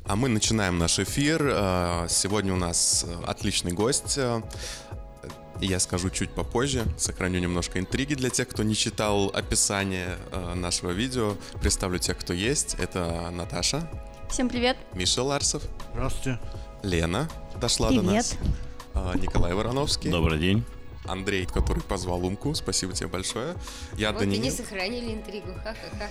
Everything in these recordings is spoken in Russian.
А мы начинаем наш эфир. Сегодня у нас отличный гость. Я скажу чуть попозже, сохраню немножко интриги для тех, кто не читал описание нашего видео. Представлю тех, кто есть. Это Наташа. Всем привет. Миша Ларсов. Здравствуйте. Лена дошла Привет. до нас. Николай Вороновский. Добрый день. Андрей, который позвал Умку. Спасибо тебе большое. Я вот Даниил. и не сохранили интригу. Ха-ха-ха.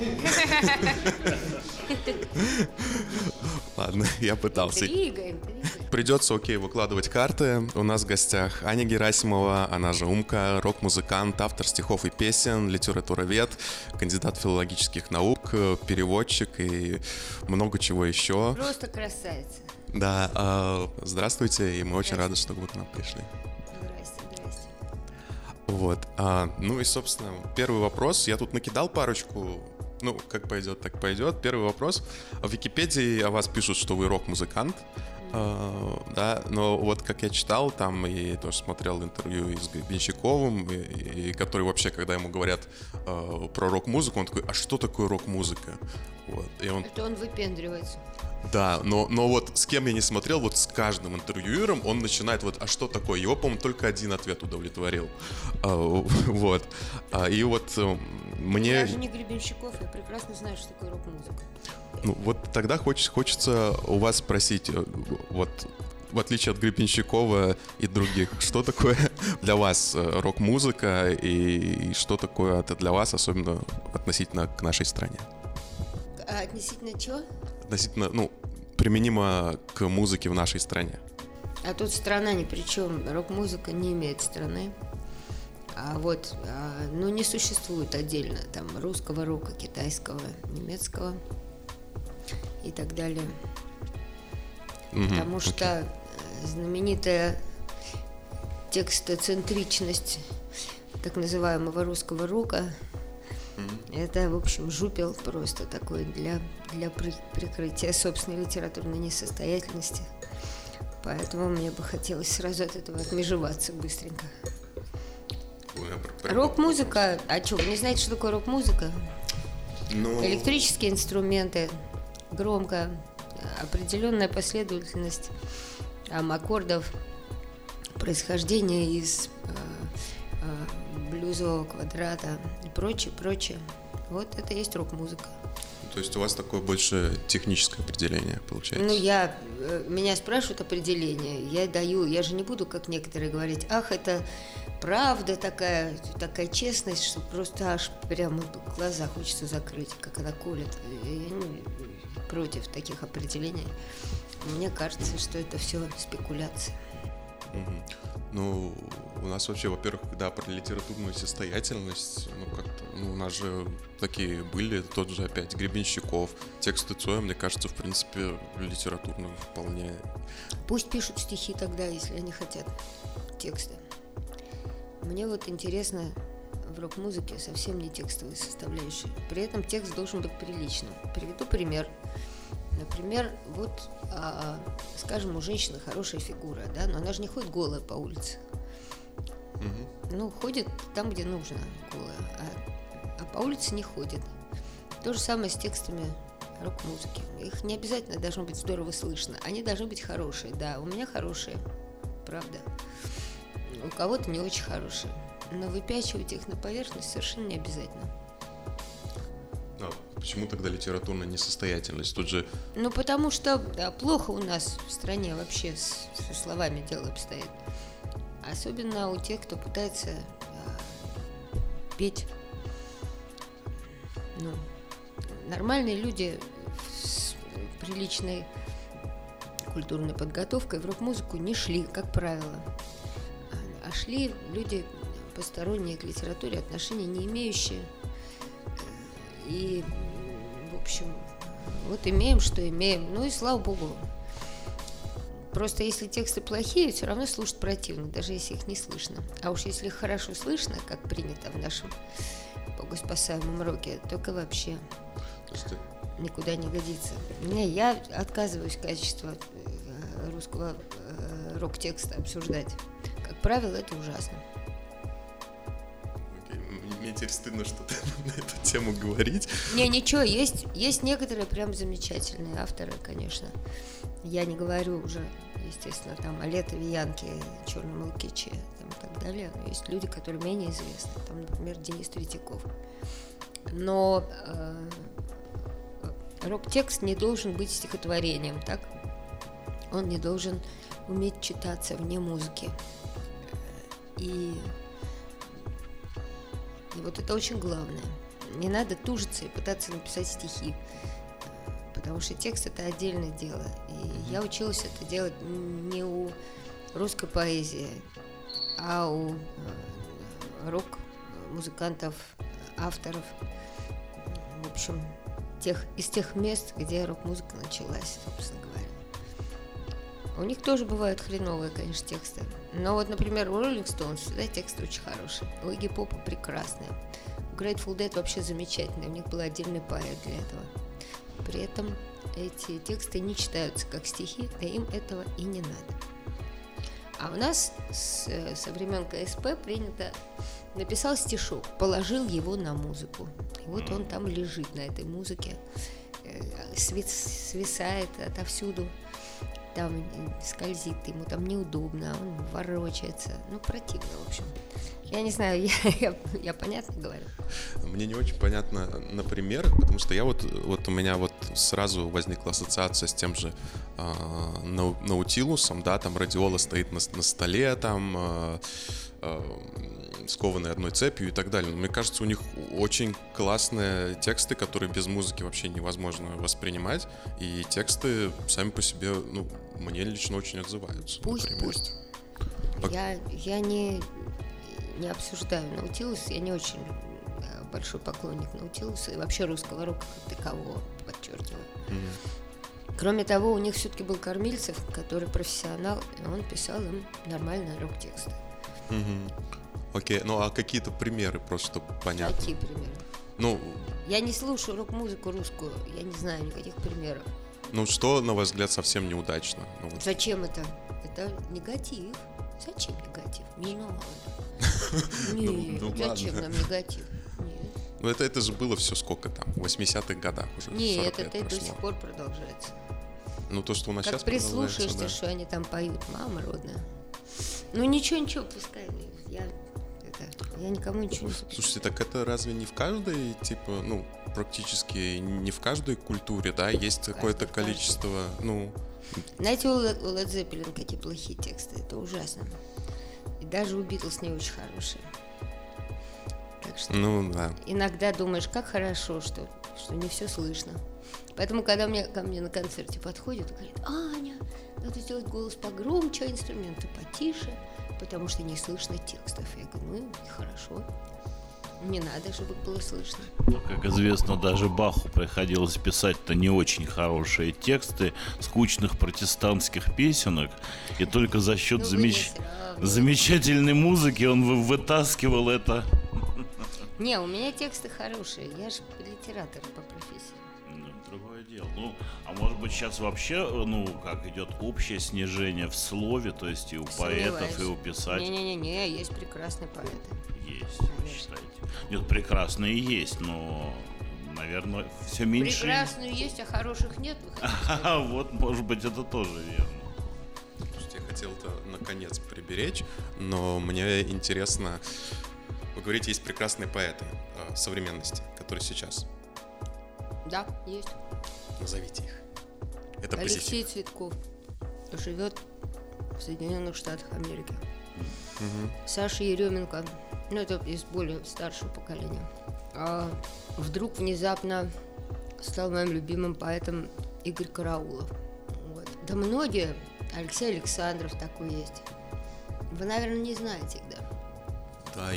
Ладно, я пытался. Интрига. Придется, выкладывать карты. У нас в гостях Аня Герасимова, она же Умка, рок-музыкант, автор стихов и песен, литературовед, кандидат филологических наук, переводчик и много чего еще. Просто красавица. Да, здравствуйте, и мы очень рады, что вы к нам пришли. Здрасте. Вот, ну и, собственно, первый вопрос. Я тут накидал парочку. Ну, как пойдет, так пойдет. Первый вопрос. В Википедии о вас пишут, что вы рок-музыкант. Да, но вот как я читал там и тоже смотрел интервью и с Гребенщиковым, и который вообще, когда ему говорят про рок-музыку, он такой: а что такое рок-музыка? Вот, и он... Это он выпендривается. Да, но вот с кем я не смотрел, вот с каждым интервьюером он начинает вот: а что такое? Его, по-моему, только один ответ удовлетворил. Вот. И вот мне... Я же не Гребенщиков, я прекрасно знаю, что такое рок-музыка. Ну, вот тогда хочется у вас спросить, вот в отличие от Гребенщикова и других, что такое для вас рок-музыка и что такое это для вас, особенно относительно к нашей стране? А относительно чего? Относительно, применимо к музыке в нашей стране. А тут страна ни при чем. Рок-музыка не имеет страны. Не существует отдельно там русского рока, китайского, немецкого и так далее. Потому что знаменитая текстоцентричность так называемого русского рока это, в общем, жупел просто такой для прикрытия собственной литературной несостоятельности. Поэтому мне бы хотелось сразу от этого отмежеваться быстренько. Рок-музыка, а что, вы не знаете, что такое рок-музыка? Электрические инструменты, громко, определенная последовательность аккордов, происхождение из блюзового квадрата и прочее. Вот это и есть рок-музыка. То есть у вас такое больше техническое определение получается? Меня спрашивают определение, я даю, я же не буду, как некоторые, говорить: ах, это правда такая честность, что просто аж прямо глаза хочется закрыть, как она колет. Я против таких определений. Мне кажется, что это все спекуляция. У нас вообще, во-первых, да, про литературную состоятельность, у нас же такие были, тот же опять Гребенщиков, тексты Цоя, мне кажется, в принципе, литературно вполне. Пусть пишут стихи тогда, если они хотят тексты. Мне вот интересно в рок-музыке совсем не текстовые составляющие. При этом текст должен быть приличным. Приведу пример. Например, скажем, у женщины хорошая фигура, да, но она же не ходит голая по улице. Ходит там, где нужно голая, а по улице не ходит. То же самое с текстами рок-музыки. Их не обязательно должно быть здорово слышно. Они должны быть хорошие, да, у меня хорошие, правда. У кого-то не очень хорошие. Но выпячивать их на поверхность совершенно не обязательно. Почему тогда литературная несостоятельность? Тут же... Потому что плохо у нас в стране вообще со словами дело обстоит. Особенно у тех, кто пытается петь. Нормальные люди с приличной культурной подготовкой в рок-музыку не шли, как правило. А шли люди посторонние к литературе, отношения не имеющие. И, в общем, вот имеем, что имеем. И слава богу. Просто если тексты плохие, все равно слушать противно, даже если их не слышно. А уж если их хорошо слышно, как принято в нашем богоспасаемом роке, только вообще никуда не годится. Я отказываюсь качество русского рок-текста обсуждать. Как правило, это ужасно. теперь стыдно что-то на эту тему говорить. Не, ничего, есть некоторые прям замечательные авторы, конечно. Я не говорю уже, естественно, там о Летове, Янке, Черном Лукиче там, и так далее. Но есть люди, которые менее известны. Там, например, Денис Третьяков. Но рок-текст не должен быть стихотворением, так? Он не должен уметь читаться вне музыки. И вот это очень главное. Не надо тужиться и пытаться написать стихи, потому что текст — это отдельное дело. И я училась это делать не у русской поэзии, а у рок-музыкантов, авторов, в общем, из тех мест, где рок-музыка началась, собственно говоря. У них тоже бывают хреновые, конечно, тексты. Но вот, например, у Rolling Stones всегда тексты очень хорошие. У Игги Попа прекрасные. У Grateful Dead вообще замечательные. У них был отдельный поэт для этого. При этом эти тексты не читаются как стихи, да им этого и не надо. А у нас со времен КСП принято: написал стишок, положил его на музыку. И вот он там лежит на этой музыке, свисает отовсюду. Там скользит, ему там неудобно, он ворочается. Ну, противно, в общем. Я не знаю, я понятно говорю? Мне не очень понятно, например, потому что я вот у меня вот сразу возникла ассоциация с тем же Наутилусом, да, там радиола стоит на столе, там скованные одной цепью и так далее. Но мне кажется, у них очень классные тексты, которые без музыки вообще невозможно воспринимать. И тексты сами по себе, ну, мне лично очень отзываются. Пусть. Я не обсуждаю Наутилус, я не очень большой поклонник Наутилуса и вообще русского рока как такового, подчеркиваю. Кроме того, у них все-таки был Кормильцев, который профессионал, и он писал им нормальные рок-тексты. Окей, ну а какие-то примеры, просто чтобы понятно. Какие примеры? Ну, я не слушаю рок-музыку русскую, я не знаю никаких примеров. Ну, что, на ваш взгляд, совсем неудачно? Ну, вот. Зачем это? Это негатив. Зачем негатив? Не надо. Нет, зачем нам негатив? Нет. Ну, это же было все сколько там, в 80-х годах уже. Нет, это до сих пор продолжается. Ну, то, что у нас как сейчас продолжается, прислушаешься, да. что они там поют, мама родная. Ну, ничего, пускай. Я никому ничего не запрещаю. Слушайте, так это разве не в каждой, типа, ну, практически не в каждой культуре, да, есть какое-то количество, ну... Знаете, у Led Zeppelin какие плохие тексты, это ужасно. И даже у Beatles не очень хорошие. Так что ну, да. Иногда думаешь, как хорошо, что не все слышно. Поэтому, когда ко мне на концерте подходят и говорят: Аня, надо сделать голос погромче, а инструменты потише, потому что не слышно текстов. Я говорю, ну, хорошо. Не надо, чтобы было слышно. Ну, как известно, даже Баху приходилось писать-то не очень хорошие тексты скучных протестантских песенок, и только за счет замечательной музыки он вытаскивал это. Не, у меня тексты хорошие, я же литератор по профессии. Другое дело. Ну, а может быть сейчас вообще, ну, как идет общее снижение в слове, то есть и у поэтов, и у писателей? Не, есть прекрасные поэты. Есть, вы считаете? Нет, прекрасные есть, но, наверное, все меньше. Прекрасные есть, а хороших нет. Вот, может быть, это тоже верно. Слушайте, я хотел это наконец приберечь, но мне интересно, вы говорите, есть прекрасные поэты современности, которые сейчас. Да, есть. Назовите их. Это Алексей Цветков живет в Соединенных Штатах Америки. Саша Еременко, ну это из более старшего поколения, вдруг внезапно стал моим любимым поэтом Игорь Караулов. Вот. Да многие, Алексей Александров такой есть. Вы, наверное, не знаете их, да? Да,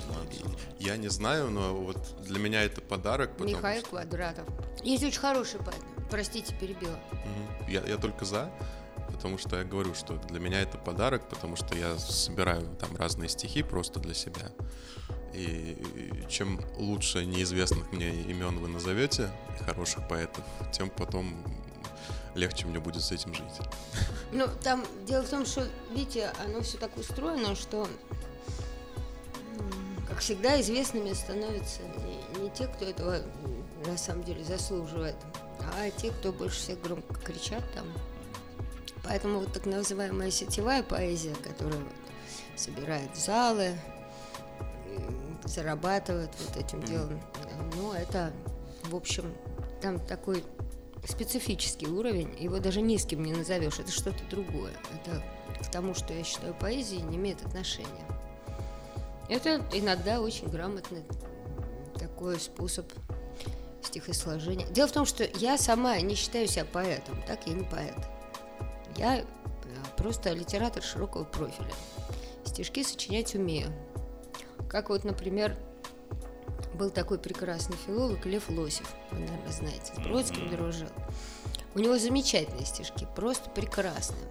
я не знаю, но вот для меня это подарок. Михаил Квадратов. Есть очень хороший поэт. Простите, перебила. Я только за, потому что я говорю, что для меня это подарок, потому что я собираю там разные стихи просто для себя. И чем лучше неизвестных мне имен вы назовете, хороших поэтов, тем потом легче мне будет с этим жить. Ну, там дело в том, что, видите, оно все так устроено, что, как всегда, известными становятся не те, кто этого на самом деле заслуживает, а те, кто больше всех громко кричат там. Поэтому вот так называемая сетевая поэзия, которая собирает залы, зарабатывает вот этим делом, ну, это, в общем, там такой специфический уровень, его даже низким не назовешь, это что-то другое. Это к тому, что я считаю поэзией, не имеет отношения. Это иногда очень грамотный такой способ стихосложения. Дело в том, что я сама не считаю себя поэтом, так, я не поэт. Я просто литератор широкого профиля. Стишки сочинять умею. Как вот, например, был такой прекрасный филолог Лев Лосев, вы, наверное, знаете, с Бродским дружил. У него замечательные стишки, просто прекрасные.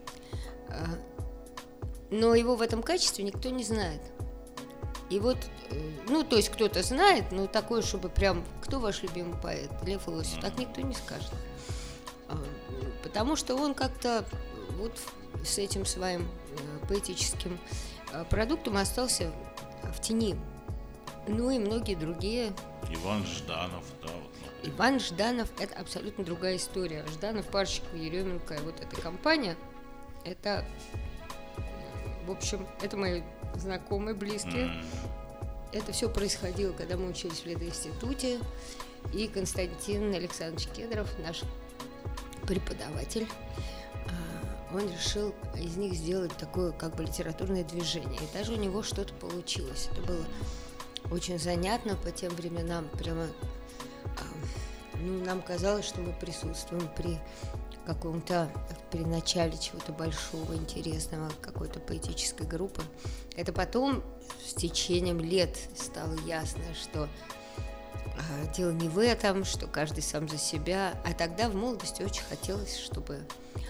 Но его в этом качестве никто не знает. И вот, ну, то есть кто-то знает, но такое, чтобы прям, кто ваш любимый поэт? Лев Лосев, так никто не скажет. Потому что он как-то вот с этим своим поэтическим продуктом остался в тени. Ну и многие другие. Иван Жданов, да. Вот, Иван Жданов – это абсолютно другая история. Жданов, Парщиков, Еременко и вот эта компания – это, в общем, это мои знакомые, близкие. Это все происходило, когда мы учились в ледоинституте. И Константин Александрович Кедров, наш преподаватель, он решил из них сделать такое как бы литературное движение. И даже у него что-то получилось. Это было очень занятно по тем временам. Прямо ну, нам казалось, что мы присутствуем при каком-то, при начале чего-то большого, интересного, какой-то поэтической группы. Это потом, с течением лет, стало ясно, что дело не в этом, что каждый сам за себя. А тогда в молодости очень хотелось, чтобы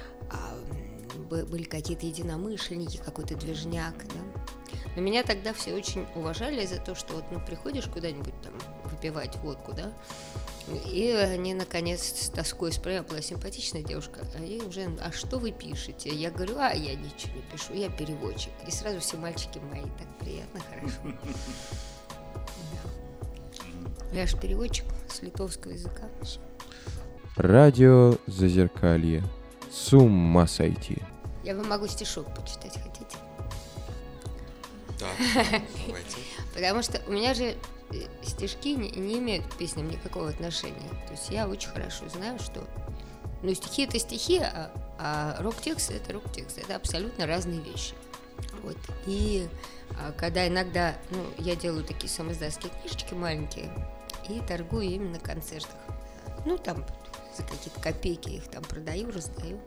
были какие-то единомышленники, какой-то движняк, да. Но меня тогда все очень уважали за то, что вот, ну, приходишь куда-нибудь там выпивать водку, да, и они, наконец, с тоской спрашивают, была симпатичная девушка, а ей уже, а что вы пишете? Я говорю, я ничего не пишу, я переводчик. И сразу все мальчики мои, так приятно, хорошо. Я же переводчик с литовского языка. Радио Зазеркалье. С ума сойти. Я вам могу стишок почитать, хотите? Да, давайте. Потому что у меня же стишки не имеют к песням никакого отношения. То есть я очень хорошо знаю, что... Ну, стихи — это стихи, а рок-текст — это рок-текст. Это абсолютно разные вещи. Вот. И когда иногда... Ну, я делаю такие самоиздатские книжечки маленькие и торгую ими на концертах. Ну, там за какие-то копейки их там продаю, раздаю.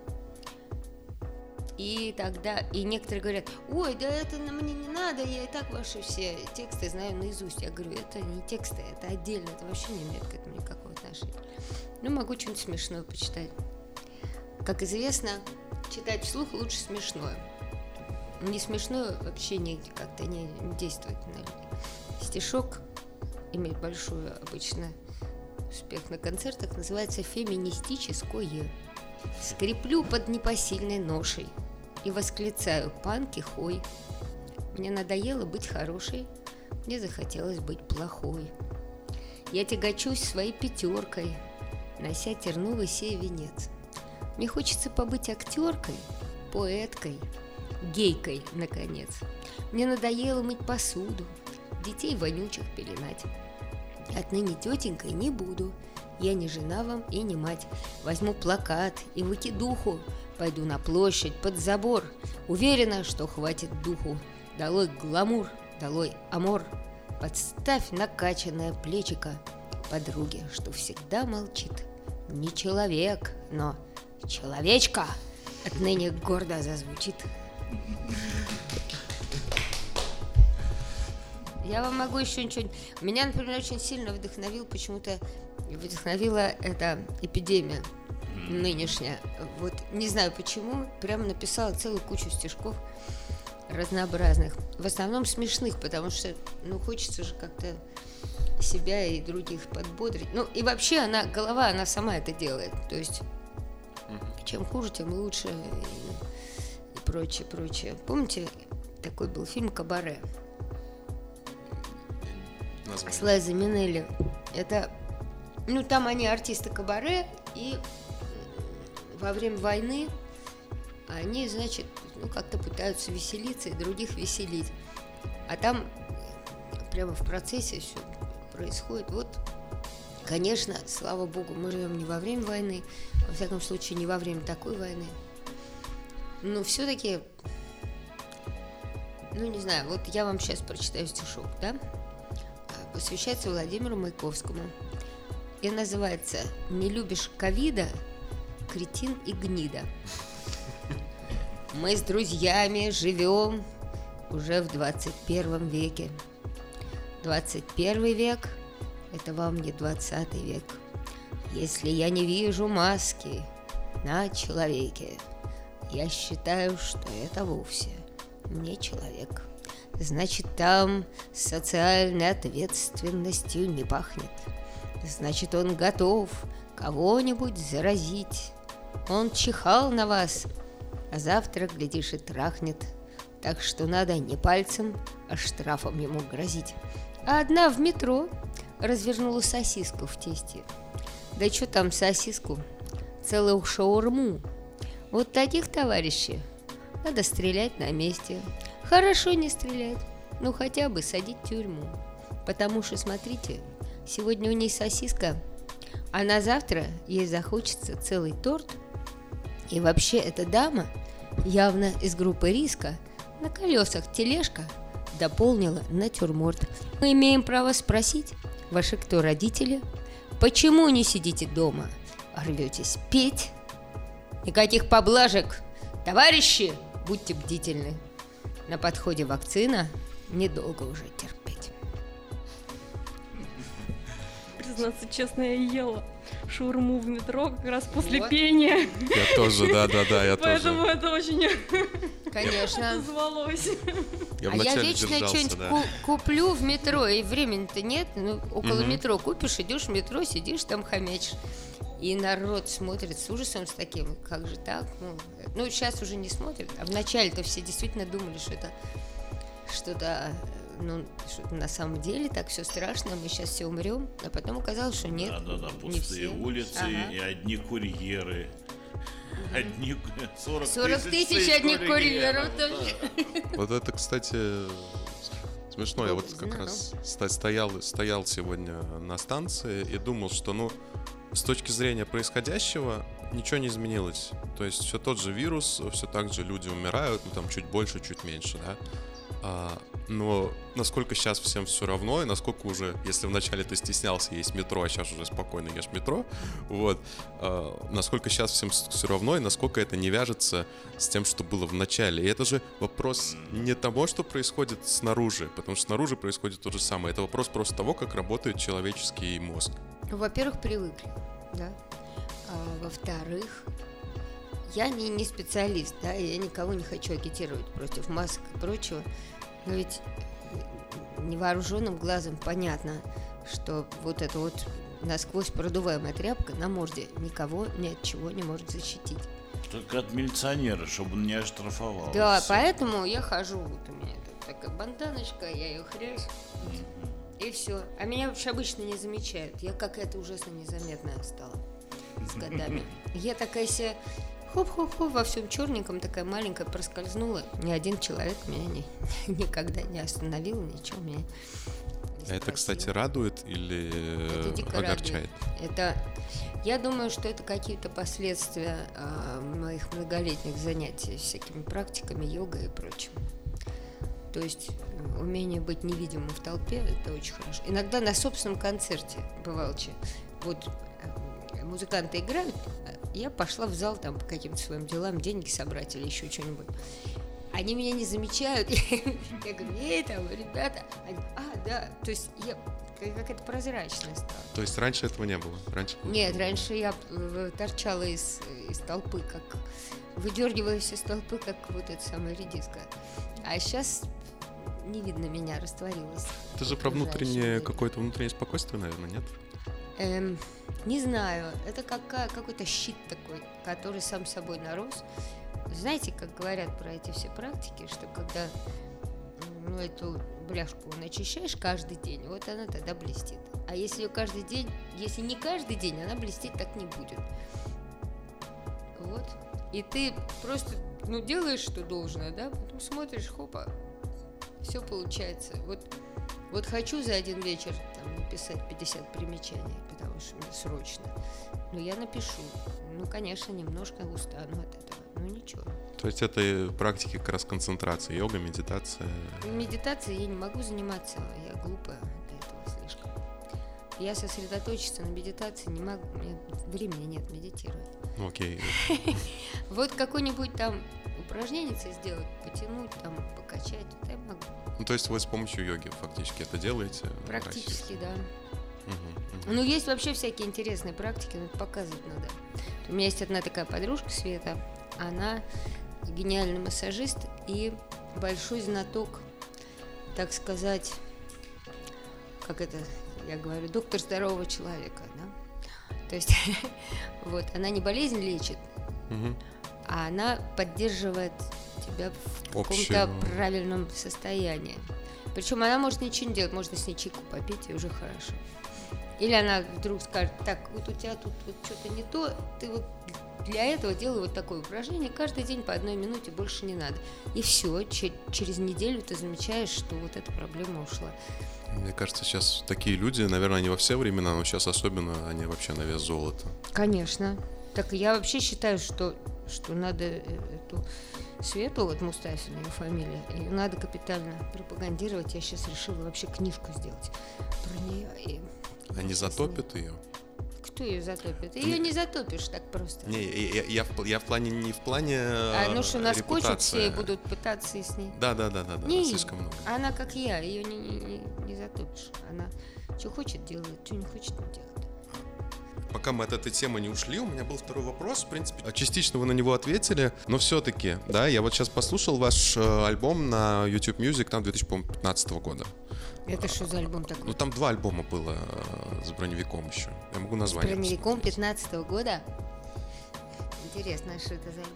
И тогда, и некоторые говорят, ой, да это мне не надо, я и так ваши все тексты знаю наизусть. Я говорю, это не тексты, это отдельно, это вообще не имеет к этому никакого отношения. Ну, могу что-нибудь смешное почитать. Как известно, читать вслух лучше смешное. Не смешное вообще как-то не действует на людей. Стишок имеет большой обычно успех на концертах, называется «Феминистическое». Скреплю под непосильной ношей и восклицаю: панки хой. Мне надоело быть хорошей, мне захотелось быть плохой. Я тягочусь своей пятеркой, нося терновый сей венец. Мне хочется побыть актеркой, поэткой, гейкой, наконец. Мне надоело мыть посуду, детей вонючих пеленать. Отныне тетенькой не буду. Я не жена вам и не мать. Возьму плакат и выкидуху, пойду на площадь под забор. Уверена, что хватит духу. Долой гламур, долой амор. Подставь накачанное плечико подруге, что всегда молчит. Не человек, но человечка отныне гордо зазвучит. Я вам могу еще ничего... Меня, например, очень сильно вдохновила эта эпидемия нынешняя. Вот не знаю почему, прямо написала целую кучу стишков разнообразных. В основном смешных, потому что, ну, хочется же как-то себя и других подбодрить. Ну, и вообще голова, она сама это делает. То есть, чем хуже, тем лучше и прочее, прочее. Помните, такой был фильм «Кабаре»? название. с Лайзой Минелли. Это, ну, там они артисты кабаре, и во время войны они, значит, ну, как-то пытаются веселиться и других веселить. А там прямо в процессе все происходит. Вот, конечно, слава богу, мы живем не во время войны, во всяком случае, не во время такой войны. Но все-таки, ну, не знаю, вот я вам сейчас прочитаю стишок, да? Посвящается Владимиру Маяковскому. И называется «Не любишь ковида, кретин и гнида». Мы с друзьями живем уже в 21 веке. 21 век – это вам не 20 век. Если я не вижу маски на человеке, я считаю, что это вовсе не человек. Значит, там социальной ответственностью не пахнет. Значит, он готов кого-нибудь заразить. Он чихал на вас, а завтра, глядишь, и трахнет. Так что надо не пальцем, а штрафом ему грозить. А одна в метро развернула сосиску в тесте. Да что там сосиску? Целую шаурму. Вот таких товарищей надо стрелять на месте. Хорошо не стрелять, но хотя бы садить в тюрьму. Потому что, смотрите, сегодня у ней сосиска, а на завтра ей захочется целый торт. И вообще эта дама, явно из группы риска, на колесах тележка дополнила натюрморт. Мы имеем право спросить, ваши кто родители, почему не сидите дома, а рветесь петь? Никаких поблажек. Товарищи, будьте бдительны. На подходе вакцина, недолго уже терпеть. Признаться честно, я ела шаурму в метро как раз после пения. Я тоже, да, я Поэтому тоже. это очень Конечно. отозвалось. Я А я вначале вечно держался, что-нибудь да. куплю в метро, и времени-то нет. Ну, около метро купишь, идешь в метро, сидишь там, хомячишь. И народ смотрит с ужасом, с таким, как же так? Ну, сейчас уже не смотрят. А вначале-то все действительно думали, что это что-то, ну, что на самом деле так все страшно, мы сейчас все умрем. А потом оказалось, что нет. Да, не пустые все. улицы Ага. и одни курьеры. Одни 40 тысяч одних курьеров. Вот это, кстати, смешно. Я вот как Знал. раз стоял сегодня на станции и думал, что, ну, с точки зрения происходящего ничего не изменилось. То есть все тот же вирус, все так же люди умирают, ну там чуть больше, чуть меньше, да. Но насколько сейчас всем все равно, и насколько уже, если вначале ты стеснялся есть метро, а сейчас уже спокойно ешь метро, вот, насколько сейчас всем все равно, и насколько это не вяжется с тем, что было в начале. И это же вопрос не того, что происходит снаружи, потому что снаружи происходит то же самое. Это вопрос просто того, как работает человеческий мозг. Ну, во-первых, привыкли, да. А во-вторых, я не специалист, да, я никого не хочу агитировать против масок и прочего, но ведь невооруженным глазом понятно, что вот эта вот насквозь продуваемая тряпка на морде никого ни от чего не может защитить. Только от милиционера, чтобы он не оштрафовал. Да, Всё. поэтому я хожу, вот у меня тут такая банданочка, я ее хрясь, и все. А меня вообще обычно не замечают. Я какая-то ужасно незаметная стала с годами. Я такая себе хоп-хоп-хоп во всем черненьком, такая маленькая, проскользнула. Ни один человек меня никогда не остановил, ничего меня не А это, кстати, спросил. радует или Это дико огорчает? радует. Это, я думаю, что это какие-то последствия моих многолетних занятий всякими практиками, йогой и прочим. То есть умение быть невидимым в толпе – это очень хорошо. Иногда на собственном концерте бывало, вот музыканты играют, я пошла в зал там по каким-то своим делам, деньги собрать или еще что-нибудь. Они меня не замечают. Я говорю, эй, там, ребята. Они, да. То есть я какая-то прозрачная стала. То есть раньше этого не было? Нет, раньше я торчала из толпы, как выдергивалась из толпы, как вот эта самая редиска. А сейчас не видно меня, растворилась. Это же про какое-то внутреннее спокойствие, наверное, нет? Не знаю, это какой-то щит такой, который сам собой нарос. Знаете, как говорят про эти все практики, что когда эту бляшку начищаешь каждый день, вот она тогда блестит. А если ее каждый день, если не каждый день, она блестеть так не будет. Вот. И ты просто, делаешь, что должно, да, потом смотришь, хопа, все получается. Вот хочу за один вечер там написать 50 примечаний, потому что мне срочно. Но я напишу. Конечно, немножко устану от этого. Ничего. То есть это практики как раз концентрации, йога, медитация? Медитацией я не могу заниматься, я глупая для этого слишком. Я сосредоточиться на медитации не могу, мне времени нет медитировать. Окей. Вот какое-нибудь там упражнение сделать, потянуть, там, покачать, это я могу. То есть вы с помощью йоги фактически это делаете? Практически, да. Есть вообще всякие интересные практики, но это показывать надо. У меня есть одна такая подружка, Света, она гениальный массажист и большой знаток, так сказать, как это я говорю, доктор здорового человека, да? То есть, она не болезнь лечит, а она поддерживает тебя в каком-то правильном состоянии. Причем она может ничего не делать, можно с ней чайку попить, и уже хорошо. Или она вдруг скажет, так, вот у тебя тут что-то не то, ты вот для этого делай вот такое упражнение, каждый день по 1 минуте, больше не надо. И все, через неделю ты замечаешь, что вот эта проблема ушла. Мне кажется, сейчас такие люди, наверное, они во все времена, но сейчас особенно они вообще на вес золота. Конечно. Так я вообще считаю, что надо эту Свету, вот Мустафина, ее фамилия, ее надо капитально пропагандировать. Я сейчас решила вообще книжку сделать про нее. Они затопят ее? Кто ее затопит? Ее не затопишь так просто. Не, я в плане, не в плане что наскочат репутации. все и будут пытаться с ней. Да, слишком много. Она как я, ее не затопишь. Она что хочет делает, что не хочет не делает. Пока мы от этой темы не ушли, у меня был второй вопрос. В принципе, частично вы на него ответили, но все-таки, да, я вот сейчас послушал ваш альбом на YouTube Music, там 2015 года. Это что за альбом такой? Там 2 альбома было с Броневиком еще. Я могу название. С Броневиком 2015 года? Интересно, что это за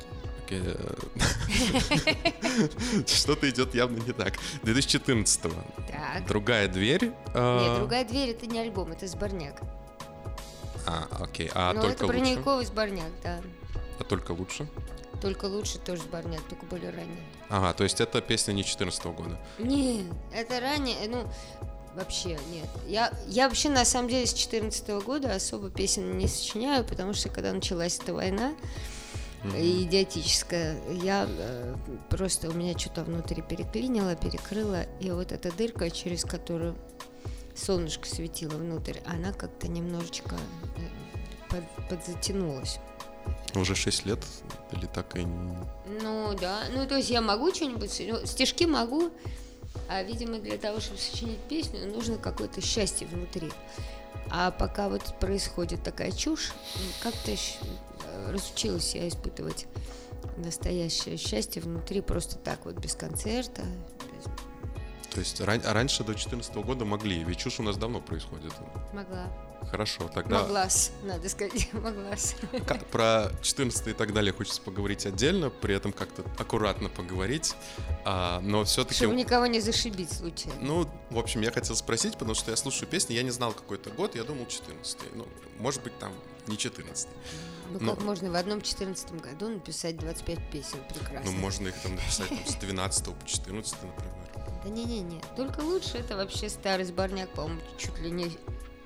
альбом? Что-то идет явно не так. 2014-го. Так. «Другая дверь». Нет, «Другая дверь» — это не альбом, это сборняк. Окей. «Только это Броневиковый сборняк, да. А «Только лучше»? «Только лучше» тоже сборняк, только более ранее. Ага, то есть это песня не 2014 года? Нет, это ранее, вообще нет. Я вообще на самом деле с 2014 года особо песен не сочиняю, потому что когда началась эта война идиотическая, я просто у меня что-то внутри переклинило, перекрыло, и вот эта дырка, через которую солнышко светило внутрь, она как-то немножечко подзатянулась. Уже 6 лет или так и... Да. То есть я могу что-нибудь, стишки могу, а, видимо, для того, чтобы сочинить песню, нужно какое-то счастье внутри. А пока вот происходит такая чушь, как-то разучилась я испытывать настоящее счастье внутри просто так вот, без концерта. То есть раньше до 2014 года могли, ведь чушь у нас давно происходит. Могла. Хорошо, тогда... Моглась, надо сказать, моглась. Про 14 и так далее хочется поговорить отдельно, при этом как-то аккуратно поговорить, но все-таки... Чтобы никого не зашибить случайно. В общем, я хотел спросить, потому что я слушаю песни, я не знал какой-то год, я думал 14-й, может быть, там не 14-й. Как можно в одном 14 году написать 25 песен прекрасно? Можно их там написать с 12 по 14, например. Да не-не-не, «Только лучше» — это вообще старый сборняк, по-моему, чуть ли не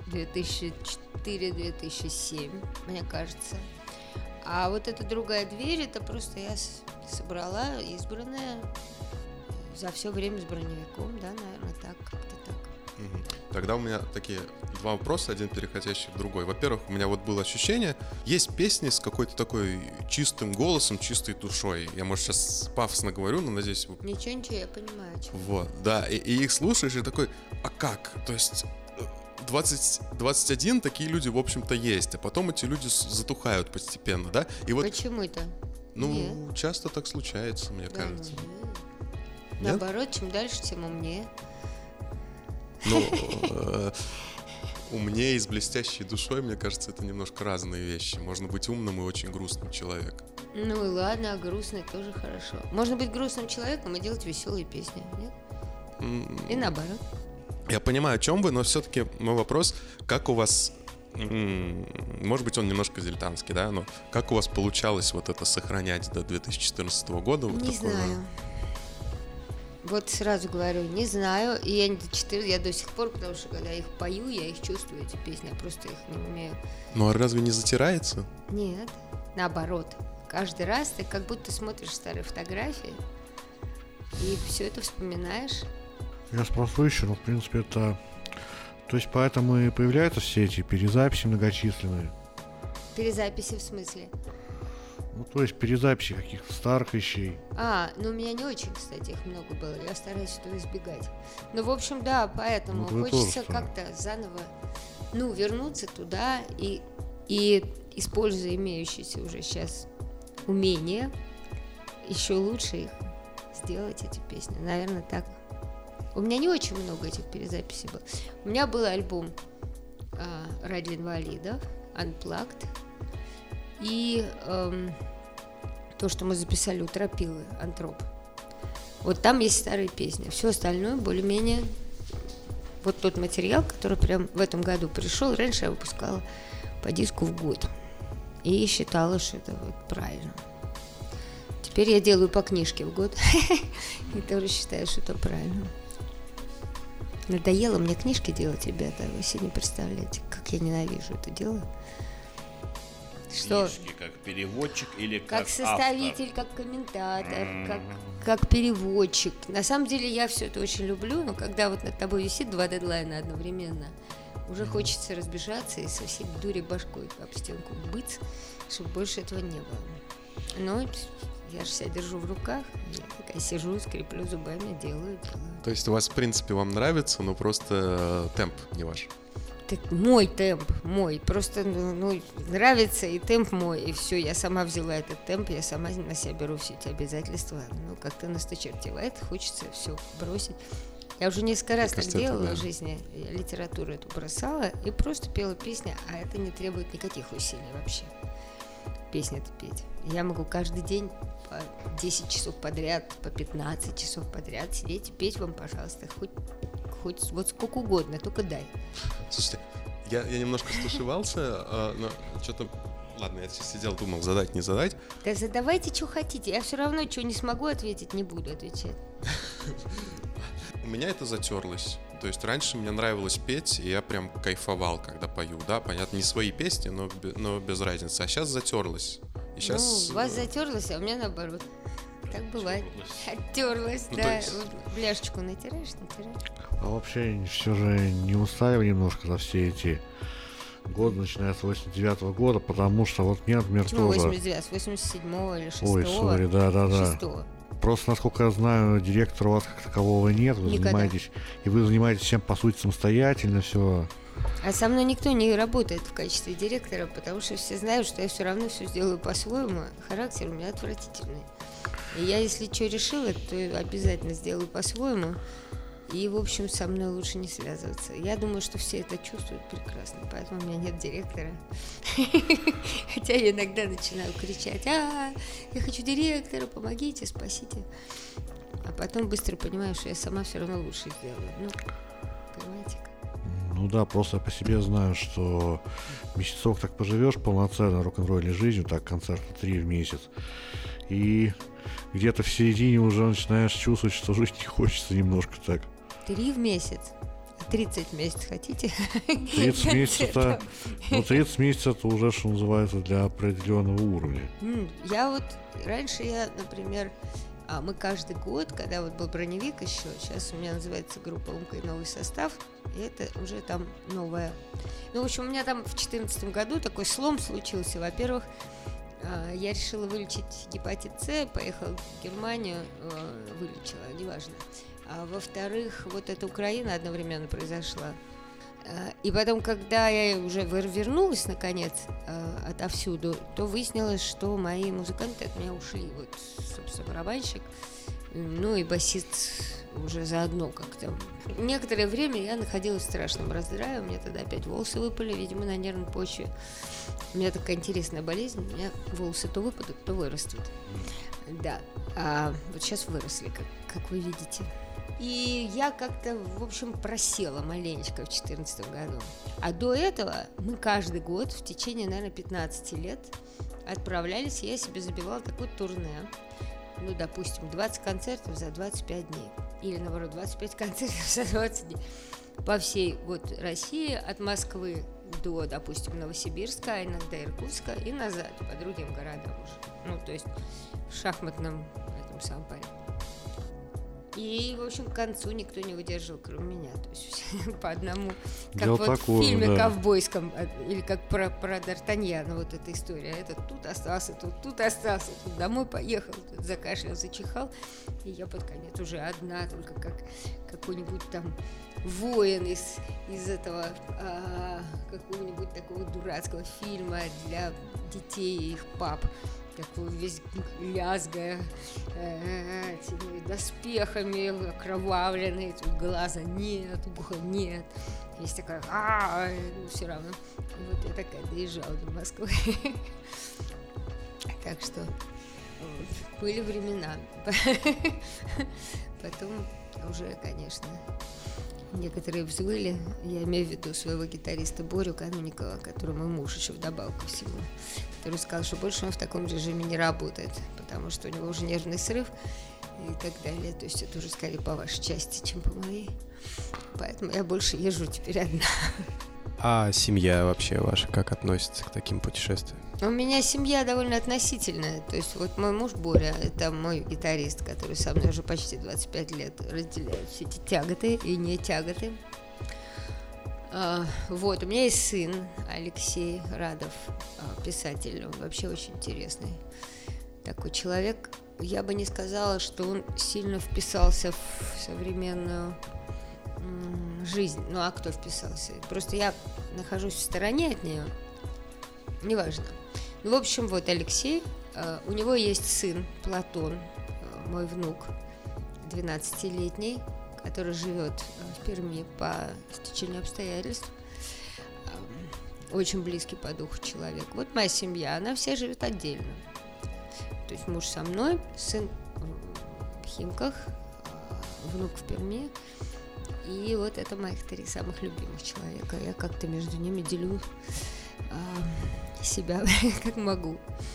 2004-2007, мне кажется. А вот эта «Другая дверь» — это просто я собрала избранная за все время с Броневиком, да, наверное, так, как-то так. Тогда у меня такие 2 вопроса, один переходящий в другой. Во-первых, у меня вот было ощущение, есть песни с какой-то такой чистым голосом, чистой душой. Я, может, сейчас пафосно говорю, но надеюсь... Ничего, я понимаю. Вот, да, и их слушаешь, и такой, а как? То есть 21 такие люди, в общем-то, есть, а потом эти люди затухают постепенно, да? И вот, почему это? Нет. Часто так случается, мне кажется. Наоборот, чем дальше, тем умнее. Умнее и с блестящей душой, мне кажется, это немножко разные вещи. Можно быть умным и очень грустным человеком. И ладно, а грустный тоже хорошо. Можно быть грустным человеком и делать веселые песни, нет? И наоборот. Я понимаю, о чем вы, но все-таки мой вопрос, как у вас, может быть, он немножко дилетантский, да, но как у вас получалось вот это сохранять до 2014 года? Вот Не такое? знаю. Вот сразу говорю, не знаю. И я до сих пор, потому что когда я их пою, я их чувствую, эти песни, я просто их не умею. Ну а разве не затирается? Нет, наоборот. Каждый раз ты как будто смотришь старые фотографии и все это вспоминаешь. Я спрошу еще, но в принципе это... То есть поэтому и появляются все эти перезаписи многочисленные? Перезаписи в смысле? Ну, то есть перезаписи каких-то старых вещей. Ну у меня не очень, кстати, их много было. Я стараюсь этого избегать. Ну, в общем, да, поэтому Ну, вы хочется тоже как-то заново, вернуться туда и используя имеющиеся уже сейчас умения, еще лучше их сделать, эти песни. Наверное, так. У меня не очень много этих перезаписей было. У меня был альбом «Ради инвалидов», «Unplugged», и то, что мы записали у Тропилы, «Антроп». Вот там есть старые песни. Все остальное более-менее... Вот тот материал, который прям в этом году пришел. Раньше я выпускала по диску в год. И считала, что это вот правильно. Теперь я делаю по книжке в год. И тоже считаю, что это правильно. Надоело мне книжки делать, ребята. Вы себе не представляете, как я ненавижу это дело. Что? Книжки как переводчик или как как составитель, автор? как комментатор, как переводчик. На самом деле я все это очень люблю, но когда вот над тобой висит 2 дедлайна одновременно, уже хочется разбежаться и со всей дури башкой об стенку быц, чтобы больше этого не было. Но я же себя держу в руках, я такая сижу, скреплю зубами, делаю. То есть у вас, в принципе, вам нравится, но просто темп не ваш? Так мой темп, мой. Просто нравится и темп мой, и все. Я сама взяла этот темп, я сама на себя беру все эти обязательства. Как-то насточертевает, хочется все бросить. Я уже несколько раз так делала в жизни. Я литературу эту бросала и просто пела песни, а это не требует никаких усилий вообще. Песни-то петь. Я могу каждый день по 10 часов подряд, по 15 часов подряд сидеть и петь вам, пожалуйста, хоть вот сколько угодно, только дай. Слушайте, я немножко стушевался, но что-то... Ладно, я сейчас сидел, думал, задать, не задать. Да задавайте, что хотите. Я все равно, что не смогу ответить, не буду отвечать. У меня это затерлось. То есть раньше мне нравилось петь, и я прям кайфовал, когда пою. Да, понятно, не свои песни, но без разницы. А сейчас затерлось. И сейчас... у вас затерлось, а у меня наоборот. Так бывает. Оттерлась, да. Есть... Бляшечку натираешь. А вообще все же не устраивай немножко за все эти годы, начиная с 89-го года, потому что вот мне, например, почему тоже... 89, с 87-го или 6-го? Ой, сори, да. 6-го. Просто, насколько я знаю, директора у вас как такового нет, вы занимаетесь всем, по сути, самостоятельно, все. А со мной никто не работает в качестве директора, потому что все знают, что я все равно все сделаю по-своему. Характер у меня отвратительный. И я, если что решила, то обязательно сделаю по-своему. И, в общем, со мной лучше не связываться. Я думаю, что все это чувствуют прекрасно, поэтому у меня нет директора. Хотя я иногда начинаю кричать: я хочу директора, помогите, спасите. А потом быстро понимаю, что я сама все равно лучше сделаю. Понимаете? Ну да, просто я по себе знаю, что месяцок так поживешь полноценно рок-н-ролльной жизнью, так концерта 3 в месяц. И где-то в середине уже начинаешь чувствовать, что жить не хочется немножко так. 3 в месяц? 30 в месяц хотите? 30 месяцев, 30 месяцев это уже, что называется, для определенного уровня. Раньше например, мы каждый год, когда вот был броневик еще, сейчас у меня называется группа «Умка» и новый состав, и это уже там новая. В общем, у меня там в 2014 году такой слом случился. Во-первых, я решила вылечить гепатит С, поехала в Германию, вылечила, неважно. А во-вторых, вот эта Украина одновременно произошла. И потом, когда я уже вернулась, наконец, отовсюду, то выяснилось, что мои музыканты от меня ушли. Вот, собственно, барабанщик, и басист уже заодно как-то. Некоторое время я находилась в страшном раздрае, у меня тогда опять волосы выпали, видимо, на нервной почве. У меня такая интересная болезнь, у меня волосы то выпадут, то вырастут. Да, а вот сейчас выросли, как вы видите. И я как-то, в общем, просела маленечко в 2014 году. А до этого мы каждый год в течение, наверное, 15 лет отправлялись, я себе забивала такое турне. Ну, допустим, 20 концертов за 25 дней. Или, наоборот, 25 концертов за 20 дней. По всей вот России, от Москвы до, допустим, Новосибирска, а иногда Иркутска и назад, по другим городам уже. Ну, то есть в шахматном этом самом порядке. И, в общем, к концу никто не выдерживал, кроме меня. То есть по одному, как Дело вот такое, в фильме да. «Ковбойском», или как про Д'Артаньяна, вот эта история. Этот тут остался, тут остался, тут домой поехал, тут закашлял, зачихал. И я под конец уже одна, только как какой-нибудь там воин из этого какого-нибудь такого дурацкого фильма для детей и их пап. Такой весь лязгая этими доспехами, окровавленный, тут глаза нет, уха нет. Есть такая, все равно. И вот я такая доезжала до Москвы. Так что были времена. Потом уже, конечно, некоторые взвыли. Я имею в виду своего гитариста Борю Кануникова, который мой муж еще вдобавок ко всему, который сказал, что больше он в таком режиме не работает, потому что у него уже нервный срыв и так далее. То есть это уже скорее по вашей части, чем по моей. Поэтому я больше езжу теперь одна. А семья вообще ваша как относится к таким путешествиям? У меня семья довольно относительная. То есть вот мой муж Боря, это мой гитарист, который со мной уже почти 25 лет разделяет все эти тяготы и не тяготы. Вот, у меня есть сын Алексей Радов, писатель, он вообще очень интересный такой человек. Я бы не сказала, что он сильно вписался в современную жизнь. Ну, а кто вписался? Просто я нахожусь в стороне от нее. Неважно. Ну, в общем, вот Алексей, у него есть сын Платон, мой внук, 12-летний, который живет в Перми по стечению обстоятельств. Очень близкий по духу человек. Вот моя семья, она вся живет отдельно. То есть муж со мной, сын в Химках, внук в Перми. И вот это моих 3 самых любимых человека. Я как-то между ними делю себя как могу.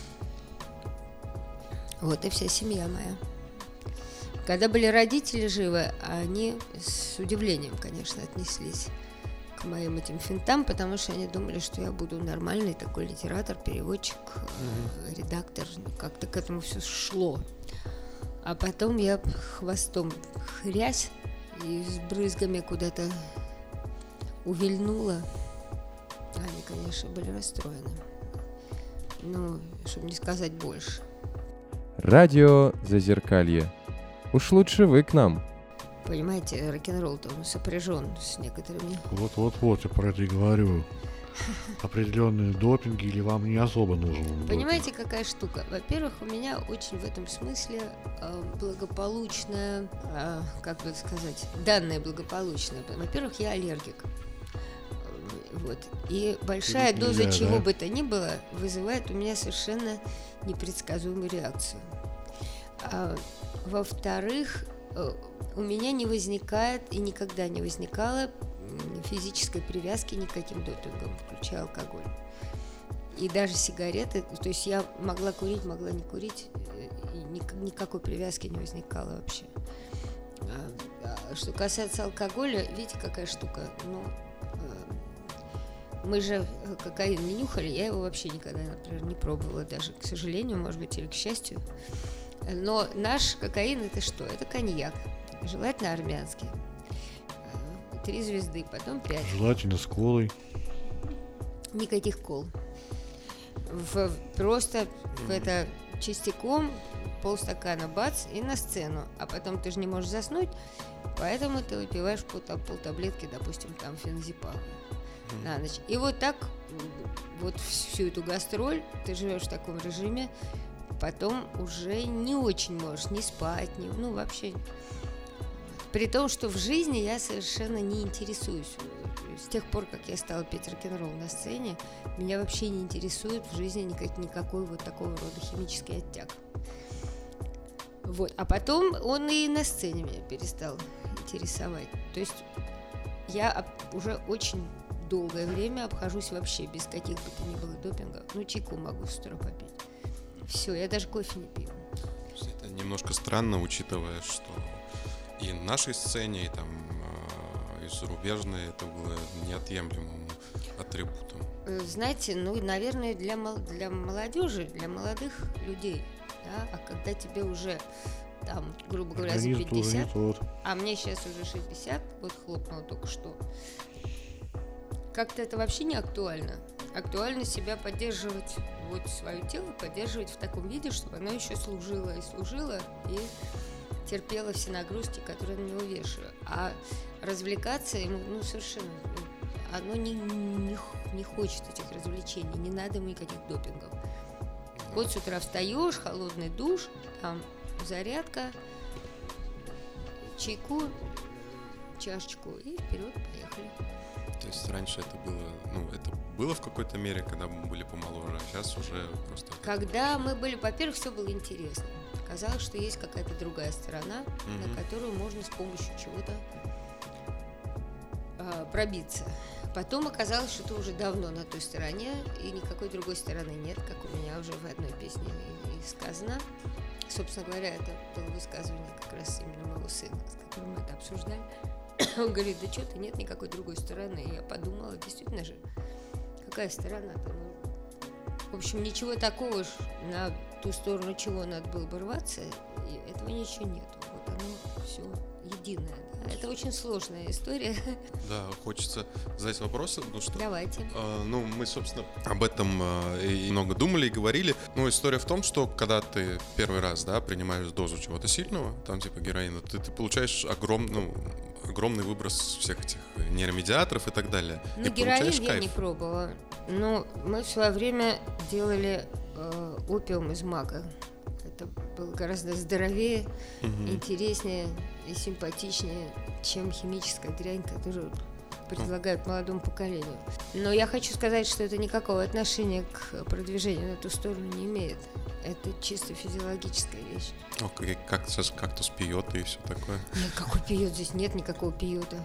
Вот и вся семья моя. Когда были родители живы, они с удивлением, конечно, отнеслись к моим этим финтам, потому что они думали, что я буду нормальный такой литератор, переводчик, редактор. Как-то к этому все шло. А потом я хвостом хрясь и с брызгами куда-то увильнула. Они, конечно, были расстроены. Ну, чтобы не сказать больше. Радио Зазеркалье. Уж лучше вы к нам. Понимаете, рок-н-ролл-то он сопряжен с некоторыми. Вот, я про это и говорю. Определенные допинги или вам не особо нужен допинг? Понимаете, какая штука? Во-первых, у меня очень в этом смысле благополучная, как бы сказать, данное благополучное. Во-первых, я аллергик. Вот. И большая доза чего бы то ни было вызывает у меня совершенно непредсказуемую реакцию. Во-вторых, у меня не возникает и никогда не возникало физической привязки ни к каким допингам, включая алкоголь. И даже сигареты, то есть я могла курить, могла не курить, и никакой привязки не возникало вообще. Что касается алкоголя, видите, какая штука? Ну, мы же кокаин не нюхали, я его вообще никогда, например, не пробовала даже, к сожалению, может быть, или к счастью. Но наш кокаин — это что? Это коньяк, желательно армянский. 3 звезды, потом 5. Желательно с колой. Никаких кол. Просто это частиком, полстакана бац и на сцену. А потом ты же не можешь заснуть, поэтому ты выпиваешь полтаблетки, допустим, там феназепама на ночь. И вот так вот всю эту гастроль ты живешь в таком режиме, потом уже не очень можешь ни спать, ну вообще. При том, что в жизни я совершенно не интересуюсь. С тех пор, как я стала петь рок-н-ролл на сцене, меня вообще не интересует в жизни никакой вот такого рода химический оттяг. Вот. А потом он и на сцене меня перестал интересовать. То есть я уже очень долгое время обхожусь вообще без каких бы то ни было допингов. Ну, чайку могу с утра попить. Все, я даже кофе не пью. Это немножко странно, учитывая, что и на нашей сцене, и там и зарубежной это было неотъемлемым атрибутом. Знаете, ну, наверное, для молодежи, для молодых людей, да, а когда тебе уже, там, грубо говоря, за Организм тоже 50, не тот. а мне сейчас уже 60, вот хлопнуло только что, как-то это вообще не актуально. Актуально себя поддерживать, вот свое тело поддерживать в таком виде, чтобы оно еще служило, и терпело все нагрузки, которые на него вешаю. А развлекаться ему, ну, совершенно, оно не хочет этих развлечений, не надо ему никаких допингов. Вот с утра встаешь, холодный душ, там зарядка, чайку, чашечку и вперед, поехали. То есть раньше это было в какой-то мере, когда мы были помоложе, а сейчас уже просто... Когда мы были, во-первых, все было интересно. Казалось, что есть какая-то другая сторона, на которую можно с помощью чего-то пробиться. Потом оказалось, что ты уже давно на той стороне, и никакой другой стороны нет, как у меня уже в одной песне и сказано. Собственно говоря, это было высказывание как раз именно моего сына, с которым мы это обсуждали. Он говорит, да что-то нет никакой другой стороны. И я подумала, действительно же, какая сторона-то? Ну, в общем, ничего такого, на ту сторону чего надо было бы рваться, и этого ничего нет. Вот оно все единое. Да? Это очень сложная история. Да, хочется задать вопросы, потому что... Давайте. Мы, собственно, об этом и много думали и говорили. Но история в том, что когда ты первый раз, да, принимаешь дозу чего-то сильного, там типа героина, ты получаешь огромный выброс всех этих нейромедиаторов и так далее. Ну, и героин получаешь я кайф. не пробовала. Но мы в свое время делали опиум из мака. Это было гораздо здоровее, интереснее и симпатичнее, чем химическая дрянь, которую предлагают молодому поколению. Но я хочу сказать, что это никакого отношения к продвижению на ту сторону не имеет. Это чисто физиологическая вещь. Как сейчас кактус пьет и все такое. Нет, какой пьет? Здесь нет никакого пьета.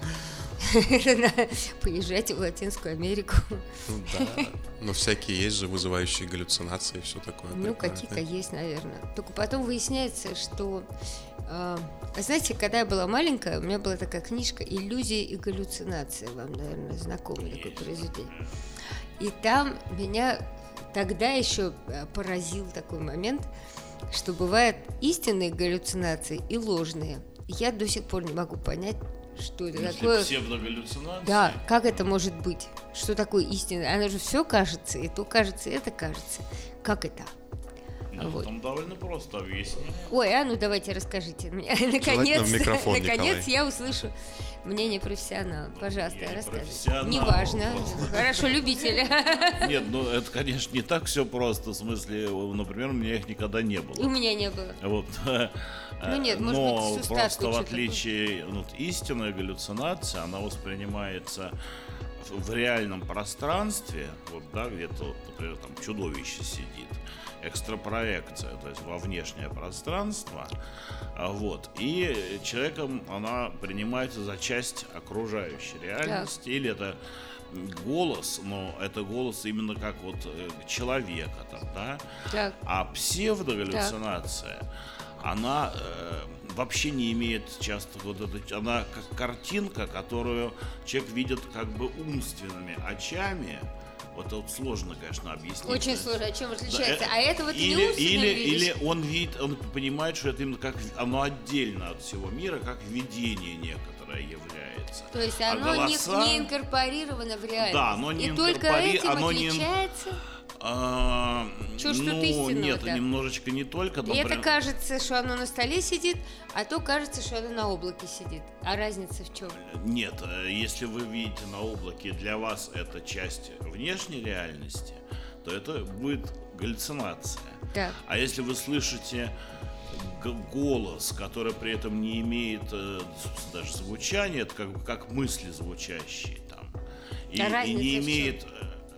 Поезжайте в Латинскую Америку. Ну да, но всякие есть же вызывающие галлюцинации и все такое. Ну, какие-то есть, наверное. Только потом выясняется, что... знаете, когда я была маленькая, у меня была такая книжка «Иллюзии и галлюцинации». Вам, наверное, знакомо такое произведение. И там меня тогда еще поразил такой момент, что бывают истинные галлюцинации и ложные. Я до сих пор не могу понять, что это такое. Псевдогаллюцинации? Да, как это может быть? Что такое истинное? Оно же все кажется, и то кажется, и это кажется. Как это? Вот. Там довольно просто объяснить. Ой, ну давайте расскажите мне. Наконец я услышу мнение профессионала. Пожалуйста, расскажите. Неважно. Хорошо, любителя. Нет, это, конечно, не так все просто. В смысле, например, у меня их никогда не было. У меня не было. Вот. Ну нет, может быть, сустав. Просто в отличие, истинная галлюцинация, она воспринимается в реальном пространстве, вот, да, где-то, вот, например, там чудовище сидит, экстрапроекция, то есть во внешнее пространство, вот, и человеком она принимается за часть окружающей реальности, или это голос, но это голос именно как вот человека там, да, так. А псевдогаллюцинация, она вообще не имеет часто вот это, она как картинка, которую человек видит как бы умственными очами. Вот это вот сложно, конечно, объяснить. Очень сложно, а чем отличается? Да, а это вот не умственно или он видит, он понимает, что это именно как оно отдельно от всего мира, как видение некоторое является. То есть оно не инкорпорировано в реальность. Да, оно не и только этим отличается. Что-то истинного, нет, да. Немножечко не только. И это кажется, что оно на столе сидит, а то кажется, что оно на облаке сидит. А разница в чем? Нет, если вы видите на облаке, для вас это часть внешней реальности, то это будет галлюцинация. Так. А если вы слышите голос, который при этом не имеет даже звучания, это как мысли звучащие там, и не имеет...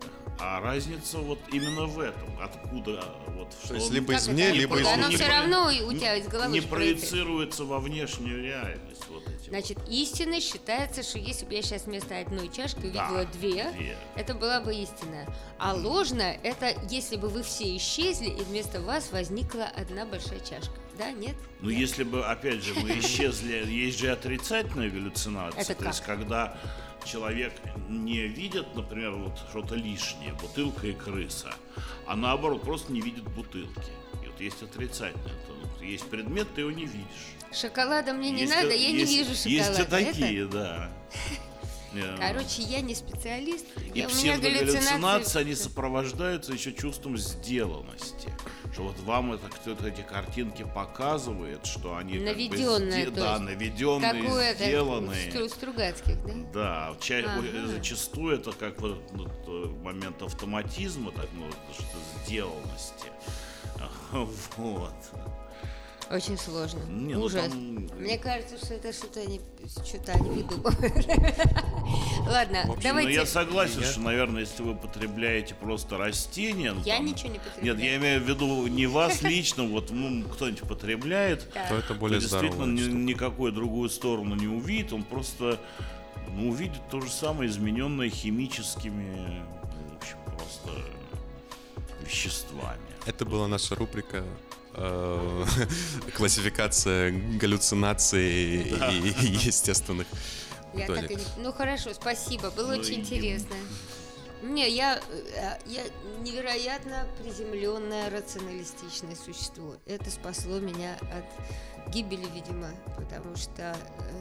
А разница вот именно в этом. Откуда вот То что есть он либо Как извне, это либо откуда? Оно изнутри. все равно у тебя из головы не же проецируется. проецируется во внешнюю реальность. Вот эти Значит, истинной считается, что если бы я сейчас вместо одной чашки увидела две, две. это была бы истинная. А ложная – это если бы вы все исчезли, и вместо вас возникла одна большая чашка. Да, нет? Ну, Нет? если бы, опять же, мы исчезли, есть же отрицательная галлюцинация. Это То есть, как? когда человек не видит, например, вот что-то лишнее, бутылка и крыса, а наоборот, просто не видит бутылки. И вот есть отрицательное. То вот есть предмет, ты его не видишь. Шоколада мне не Есть надо, и- я не есть- вижу шоколада. Есть и такие, Это? да. Короче, я не специалист. И У меня псевдогаллюцинации, они сопровождаются еще чувством сделанности. Что вот вам это кто-то эти картинки показывает, что они Наведенные, как бы, то да, есть. наведенные, Как у это, сделанные. Стругацких, да? Да, Ага. зачастую это как вот, момент автоматизма, так, что сделанности. Вот. Очень сложно. Не, ну Ужас. там- Мне кажется, что это что-то они выдумывают. Ладно, В общем, давайте. Ну, я согласен, Я- что, наверное, если вы потребляете просто растения... ну, Я там- ничего не потребляю. Нет, я имею в виду не вас лично, вот кто-нибудь потребляет, Да. То это более то действительно здоровая штука. никакой другую сторону не увидит, он просто увидит то же самое, измененное химическими, в общем, просто веществами. Это была наша рубрика классификация галлюцинаций и естественных Я так и методик. не- Ну хорошо, спасибо, было Ну, очень и- интересно. Не, я невероятно приземленное, рационалистичное существо. Это спасло меня от гибели, видимо, потому что,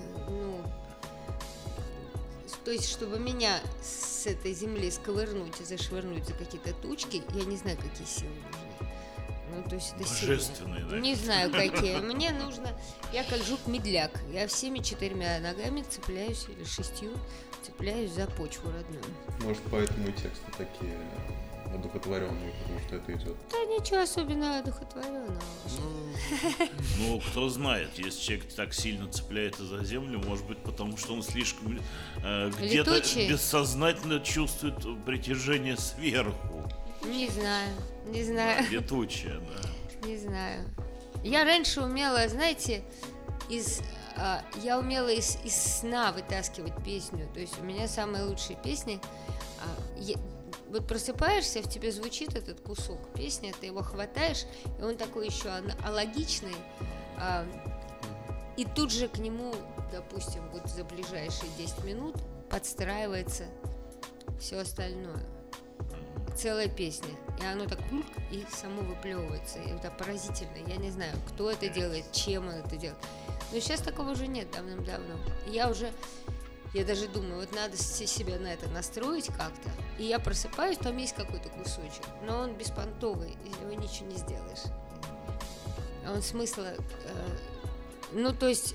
то есть, чтобы меня с этой земли сковырнуть и зашвырнуть за какие-то тучки, я не знаю, какие силы нужны. Ну, то есть это сильно. Божественные, да? Не знаю, какие. Мне нужно... Я как жук-медляк. Я всеми 4 ногами цепляюсь, или 6, цепляюсь за почву родную. Может, поэтому и тексты такие одухотворенные, потому что это идет. Да ничего особенно одухотворенного. Ну, кто знает, если человек так сильно цепляется за землю, может быть, потому что он слишком где-то Летучий? бессознательно чувствует притяжение сверху. Не знаю, не знаю, Летучее, да. не знаю. Я раньше умела, знаете, я умела из сна вытаскивать песню. То есть у меня самые лучшие песни. Вот просыпаешься, в тебе звучит этот кусок песни, ты его хватаешь, и он такой еще алогичный. И тут же к нему, допустим, вот за ближайшие 10 минут подстраивается все остальное. Целая песня. И оно так и само выплевывается. И это поразительно. Я не знаю, кто это делает, чем он это делает. Но сейчас такого уже нет давным-давно. Я даже думаю, вот надо себя на это настроить как-то. И я просыпаюсь, там есть какой-то кусочек, но он беспонтовый, из него ничего не сделаешь. Он смысла... то есть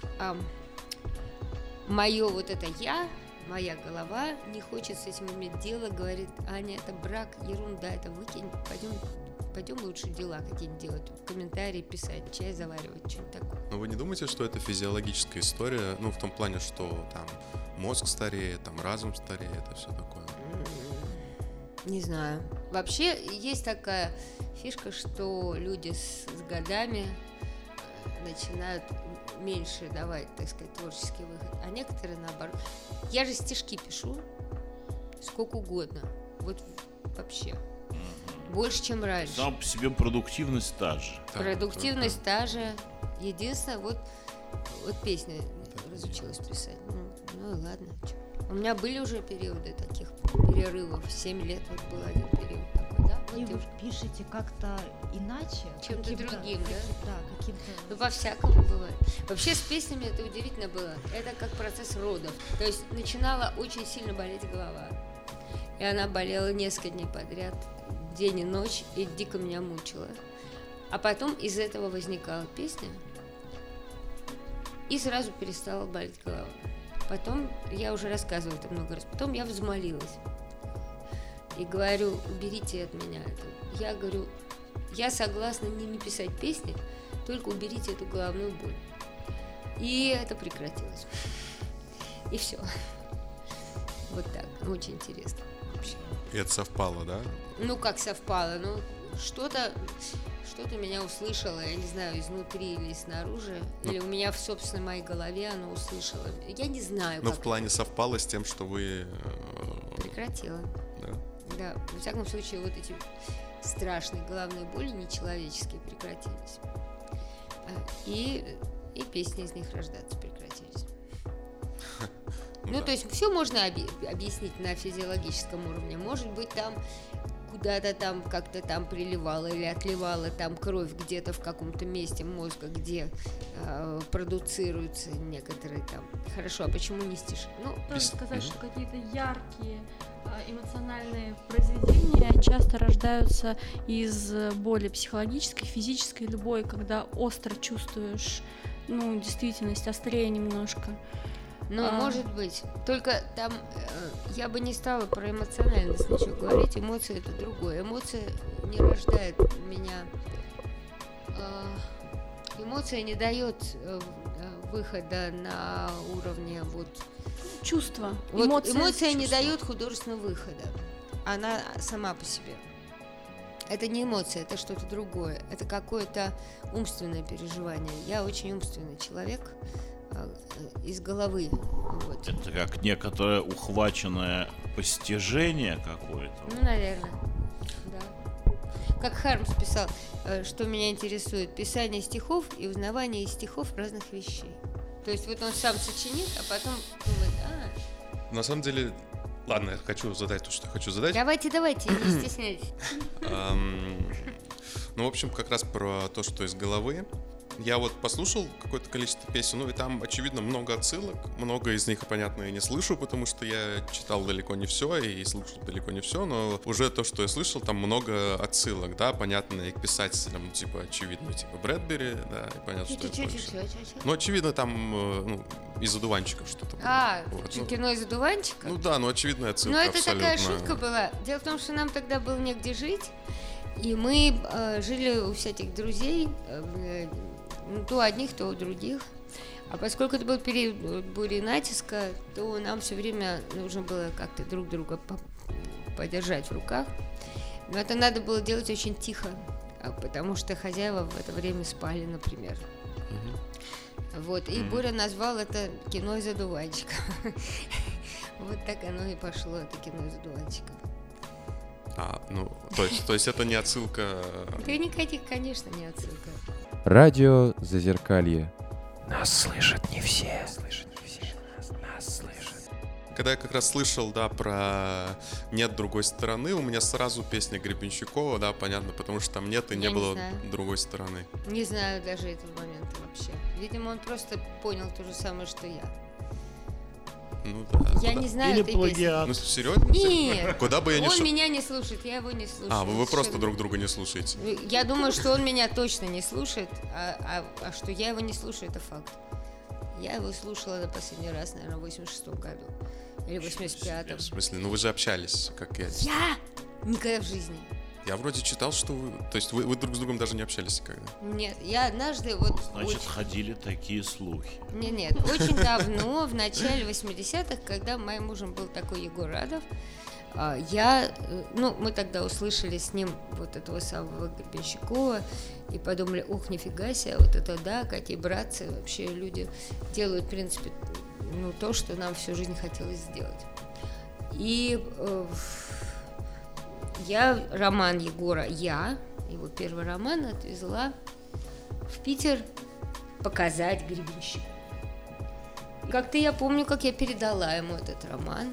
мое вот это я, моя голова не хочет с этим иметь дело, говорит: Аня, это брак, ерунда, это выкинь, пойдем лучше дела какие-нибудь делать, комментарии писать, чай заваривать, что-нибудь такое. Но вы не думаете, что это физиологическая история? Ну, в том плане, что там мозг стареет, там разум стареет, это все такое. Не знаю. Вообще есть такая фишка, что люди с годами начинают меньше давать, так сказать, творческий выход, а некоторые наоборот. Я же стишки пишу сколько угодно, вот вообще. Больше, чем раньше. Сам по себе продуктивность та же. Да, Продуктивность та же. Единственное, вот песня разучилась писать. Ну и ладно. Чё. У меня были уже периоды таких перерывов. 7 лет вот был один период такой, да? И Вот вы пишете как-то иначе? Чем-то другим, да? Да, каким-то... Ну, по-всякому бывает. Вообще с песнями это удивительно было. Это как процесс родов. То есть начинала очень сильно болеть голова. И она болела несколько дней подряд, день и ночь, и дико меня мучила. А потом из этого возникала песня, и сразу перестала болеть голова. Потом, я уже рассказывала это много раз, потом я взмолилась. И говорю: уберите от меня это. Я говорю, я согласна не писать песни, только уберите эту головную боль. И это прекратилось. И все. Вот так. Очень интересно вообще. И это совпало, да? Ну, как совпало, ну, что-то меня услышало, я не знаю, изнутри или снаружи, или у меня в собственной моей голове оно услышало. Я не знаю, Но как. в плане совпало с тем, что вы... Прекратила. Да. Да, во всяком случае, вот эти страшные головные боли нечеловеческие прекратились. И песни из них рождаться прекратились. Ну, то есть все можно объяснить на физиологическом уровне. Может быть, там куда-то там как-то там приливала или отливала там кровь где-то в каком-то месте мозга, где продуцируются некоторые там. Хорошо, а почему не стиши? Ну, Просто сказать, что какие-то яркие эмоциональные произведения часто рождаются из боли психологической, физической, любой, когда остро чувствуешь, ну, действительность, острее немножко. ну, может быть. Только там я бы не стала про эмоциональность ничего говорить. Эмоции — это другое. Эмоция не рождает у меня... Эмоция не дает выхода на уровне вот... Чувства. Вот эмоция не чувства. дает художественного выхода. Она сама по себе. Это не эмоция, это что-то другое. Это какое-то умственное переживание. Я очень умственный человек из головы. Вот. Это как некоторое ухваченное постижение какое-то. Ну, наверное. Да. Как Хармс писал, что меня интересует: писание стихов и узнавание из стихов разных вещей. То есть вот он сам сочинит, а потом думает: На самом деле, ладно, я хочу задать то, что хочу задать. давайте, не стесняйтесь. Ну, в общем, как раз про то, что из головы. Я вот послушал какое-то количество песен, ну и там, очевидно, много отсылок. Много из них, понятно, я не слышу, потому что я читал далеко не все и слушал далеко не все, но уже то, что я слышал, там много отсылок, да, понятно, и к писателям, типа, очевидно, типа Брэдбери, да, и понятно, что это больше. Ну, очевидно, там, ну, из одуванчиков что-то было. Вот, ну, кино из одуванчика? ну да, ну, очевидная отсылка Ну, это абсолютно. такая шутка была. Дело в том, что нам тогда было негде жить, и мы жили у всяких друзей, ну, то у одних, то у других. А поскольку это был период бури и натиска, то нам все время нужно было как-то друг друга подержать в руках. Но это надо было делать очень тихо, потому что хозяева в это время спали, например. Вот, и Боря назвал это кино из одуванчика. Вот так оно и пошло, это кино из одуванчика. Ну, то есть это не отсылка... Да никаких, конечно, не отсылка. Радио Зазеркалье. Нас слышат не все. Нас слышат. Когда я как раз слышал, да, про «Нет другой стороны», у меня сразу песня Гребенщикова, да, понятно, потому что там нет и не Я не было знаю. другой стороны. Не знаю даже этого момента вообще. Видимо, он просто понял то же самое, что я. Ну да. Я не знаю Или этой песни. плагиат. Ну, серьезно? Нет. Куда бы я ни Он шел... меня не слушает, я его не слушаю. Вы просто Совершенно. друг друга не слушаете. Я думаю, что он меня точно не слушает, а что я его не слушаю, это факт. Я его слушала на последний раз, наверное, в 86-м году. Или в 85-м. В смысле, ну вы же общались, как я. Я? Никогда в жизни. Я вроде читал, что вы... То есть вы друг с другом даже не общались никогда? Нет, я однажды вот... Значит, ходили такие слухи. Нет, очень давно, в начале 80-х, когда моим мужем был такой Егор Радов, мы тогда услышали с ним вот этого самого Гребенщикова и подумали: ух, нифига себе, вот это да, какие братцы, вообще люди делают, в принципе, то, что нам всю жизнь хотелось сделать. И я роман Егора, его первый роман отвезла в Питер показать Гребенщику. Как-то я помню, как я передала ему этот роман.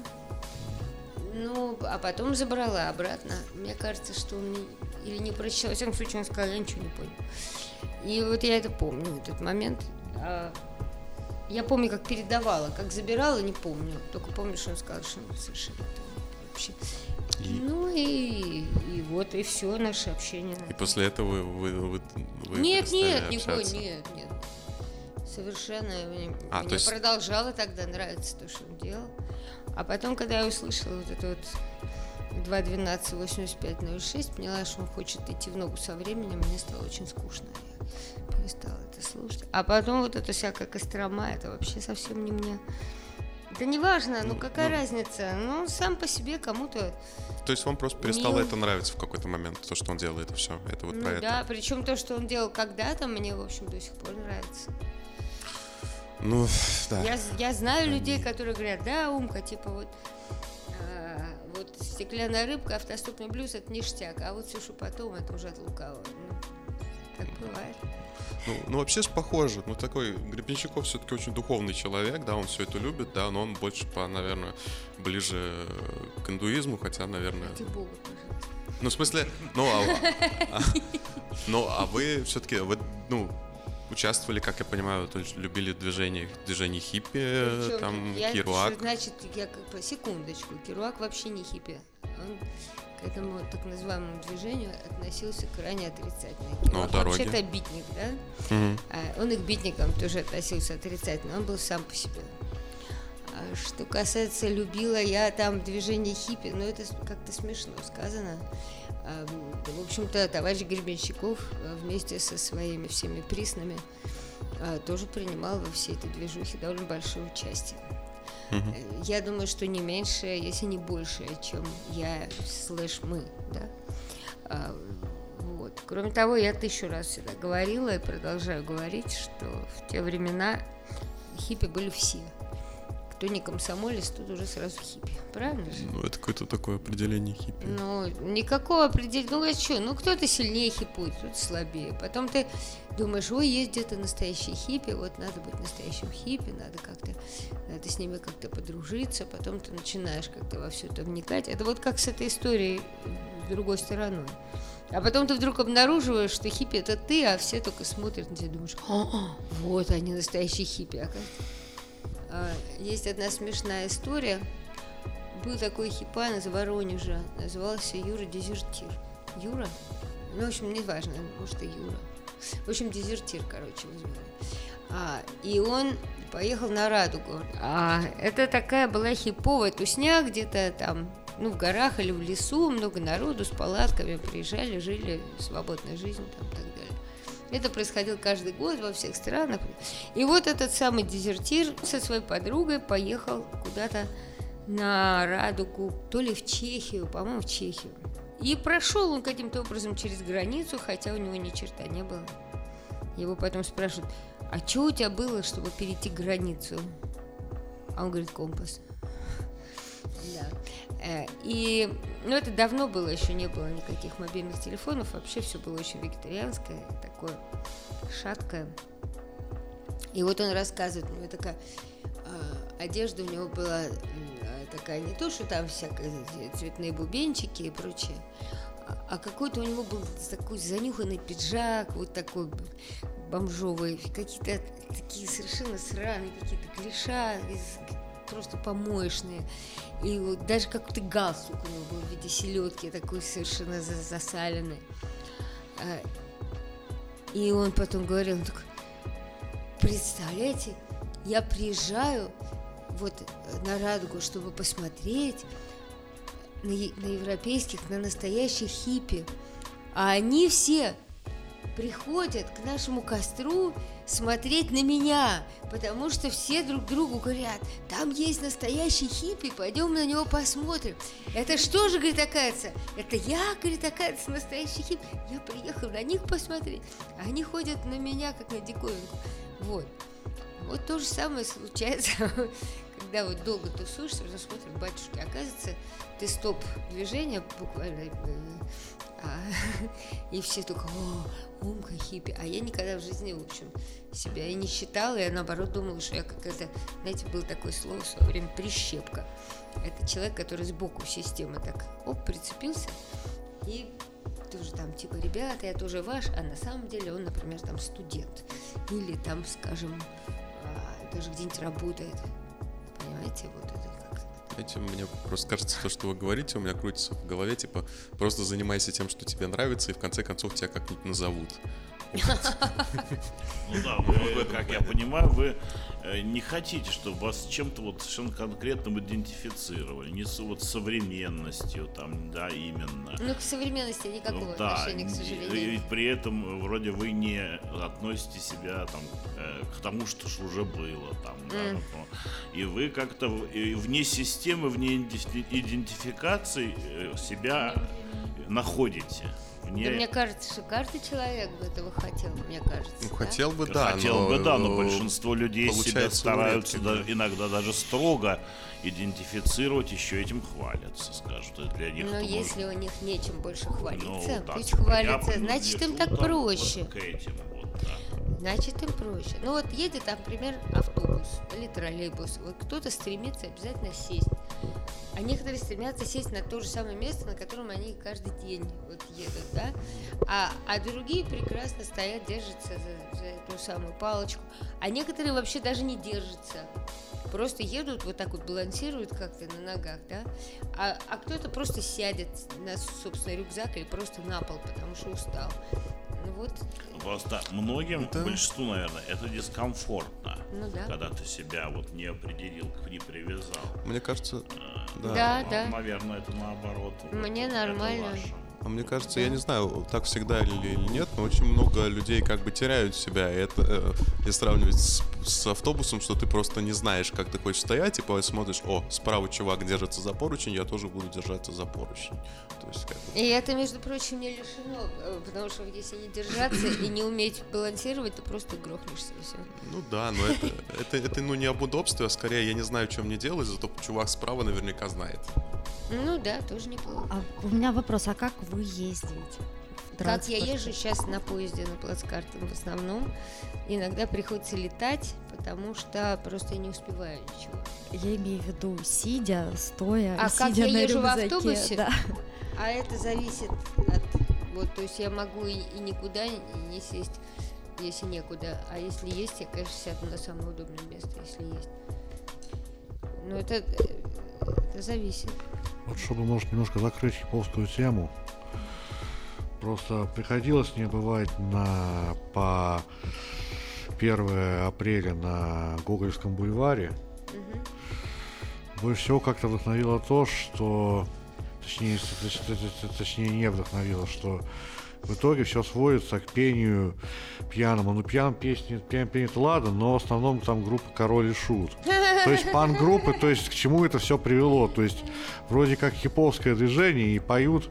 А потом забрала обратно. Мне кажется, что он или не прочитал. Во всяком случае, он сказал: я ничего не понял. И вот я это помню, этот момент. Я помню, как передавала, как забирала, не помню. Только помню, что он сказал, что он совершенно вообще. И вот, и все наше общение. И после этого вы Нет, перестали никакой, общаться? нет. Совершенно мне то есть- продолжало тогда нравиться то, что он делал. А потом, когда я услышала вот это вот 2.12.85.06, поняла, что он хочет идти в ногу со временем, мне стало очень скучно. Я перестала это слушать. А потом вот эта всякая Кострома, это вообще совсем не мне. Это не важно, какая разница? Сам по себе кому-то То есть вам просто перестало это нравиться в какой-то момент, то, что он делает, и все. Это вот Ну про это. да, причем то, что он делал когда-то, мне, в общем, до сих пор нравится. Ну, да. Я знаю людей, которые говорят, да, Умка, типа вот «Стеклянная рыбка», «Автостопный блюз» — это ништяк, а вот все, что потом, это уже от лукавого. Ну, так бывает. Ну, вообще же похоже. Ну, такой Гребенщиков все-таки очень духовный человек, да, он все это любит, да, но он больше, наверное, ближе к индуизму, хотя, наверное... Ради бога, пожалуйста. Ну, в смысле, а вы все-таки, участвовали, как я понимаю, то есть любили движение хиппи, Причем там, я, Керуак. что значит, секундочку, Керуак вообще не хиппи. Он к этому так называемому движению относился крайне отрицательно. Керуак вообще-то битник, да? Он и к битникам тоже относился отрицательно, он был сам по себе. А что касается любила я там движение хиппи, ну это как-то смешно сказано. В общем-то, товарищ Гребенщиков вместе со своими всеми приснами тоже принимал во всей этой движухе довольно большое участие. Я думаю, что не меньше, если не больше, чем я / мы, да. Вот. Кроме того, я 1000 раз всегда говорила и продолжаю говорить, что в те времена хиппи были все. Кто не комсомолец, тут уже сразу хиппи. Правильно же? Ну, это какое-то такое определение хиппи. Ну, никакого определения. Ну, а что? Ну, кто-то сильнее хипует, кто-то слабее. Потом ты думаешь, ой, есть где-то настоящий хиппи, вот надо быть настоящим хиппи, надо с ними как-то подружиться. Потом ты начинаешь как-то во все это вникать. Это вот как с этой историей с другой стороной. А потом ты вдруг обнаруживаешь, что хиппи — это ты, а все только смотрят на тебя и думаешь, вот они, настоящие хиппи. Есть одна смешная история. Был такой хипан из Воронежа, назывался Юра Дезертир. Юра? Ну, в общем, не важно, может, и Юра. В общем, Дезертир, короче, его звали. И он поехал на Радугу. Это такая была хиповая тусня где-то там, в горах или в лесу, много народу с палатками приезжали, жили свободной жизнью там и так далее. Это происходило каждый год во всех странах. И вот этот самый Дезертир со своей подругой поехал куда-то на Радугу, то ли в Чехию, по-моему, в Чехию. И прошел он каким-то образом через границу, хотя у него ни черта не было. Его потом спрашивают, а что у тебя было, чтобы перейти границу? А он говорит, компас. Да. И, это давно было, еще не было никаких мобильных телефонов, вообще все было очень вегетарианское, такое шаткое. И вот он рассказывает, у него такая одежда у него была такая, не то, что там всякие цветные бубенчики и прочее, а какой-то у него был такой занюханный пиджак, вот такой бомжовый, какие-то такие совершенно сраные какие-то клиша, просто помоечные. И вот даже какой-то галстук у него был в виде селедки, такой совершенно засаленный. И он потом говорил, он такой, представляете, я приезжаю вот на Радугу, чтобы посмотреть на европейских, на настоящих хиппи, а они все приходят к нашему костру смотреть на меня, потому что все друг другу говорят, там есть настоящий хиппи, пойдем на него посмотрим. Это что же, говорит, оказывается? Это я, говорит, оказывается, настоящий хиппи. Я приехал на них посмотреть, а они ходят на меня, как на диковинку. Вот то же самое случается, когда вот долго тусуешься, уже смотришь, батюшки, оказывается, ты стоп-движение буквально, и все только, Умка, хиппи. А я никогда в жизни, в общем, себя и не считала, я наоборот думала, что я какая-то, знаете, было такое слово в свое время, прищепка. Это человек, который сбоку системы так, прицепился, и тоже там, типа, ребята, я тоже ваш, а на самом деле он, например, там студент. Или там, скажем, даже где-нибудь работает. Понимаете, вот это как-то. Знаете, мне просто кажется, то, что вы говорите, у меня крутится в голове, типа, просто занимайся тем, что тебе нравится, и в конце концов тебя как-нибудь назовут. Ну да, вы, как я понимаю, вы не хотите, чтобы вас с чем-то вот совершенно конкретным идентифицировали, не с вот современностью, там, да, именно. Ну, к современности никакого отношения, к сожалению. И при этом вроде вы не относите себя там к тому, что ж уже было там, да, и вы как-то вне системы, вне идентификации себя находите. Да, мне кажется, что каждый человек бы этого хотел, мне кажется. Ну, да? хотел бы, да. Хотел бы, да, но большинство людей себя стараются редко, иногда даже строго идентифицировать, еще этим хвалятся, скажут. Это для них но если у них нечем больше хвалиться, ну, пусть так, хвалятся, я значит им так там проще. Вот к этим, вот, да. Значит им проще. Ну вот едет, например, автобус или троллейбус, вот кто-то стремится обязательно сесть. А некоторые стремятся сесть на то же самое место, на котором они каждый день вот едут, да? А другие прекрасно стоят, держатся за эту самую палочку. А некоторые вообще даже не держатся. Просто едут, вот так вот балансируют как-то на ногах, да? А кто-то просто сядет на собственный рюкзак или просто на пол, потому что устал. Ну вот. Просто многим, большинству, наверное, это дискомфортно, ну, да. когда ты себя вот не определил, не привязал. Мне кажется, да. Наверное, это наоборот. Мне нормально. А мне кажется, я не знаю, так всегда или нет, но очень много людей как бы теряют себя. И это, если сравнивать с автобусом, что ты просто не знаешь, как ты хочешь стоять, и смотришь, справа чувак держится за поручень, я тоже буду держаться за поручень. То есть, как бы... И это, между прочим, не лишено, потому что если не держаться и не уметь балансировать, то просто грохнешься и все. Ну да, но это не об удобстве, а скорее я не знаю, что мне делать, зато чувак справа наверняка знает. Ну да, тоже неплохо. А у меня вопрос, а как вы ездите? Как я езжу сейчас на поезде, на плацкартом в основном. Иногда приходится летать, потому что просто не успеваю ничего. Я имею в виду сидя, стоя, а сидя как я на езжу рюкзаке, в автобусе? Да. А это зависит от... Вот, то есть я могу и никуда не сесть, если некуда. А если есть, я, конечно, сяду на самое удобное место, если есть. Но это зависит. Вот чтобы, может, немножко закрыть японскую тему, просто приходилось мне бывать по 1 апреля на Гоголевском бульваре. Больше всего как-то вдохновило то, что... Точнее, не вдохновило, что в итоге все сводится к пению пьяному. Ну, песни это ладно, но в основном там группа Король и Шут. То есть панк-группы, то есть к чему это все привело? То есть вроде как хиповское движение, и поют,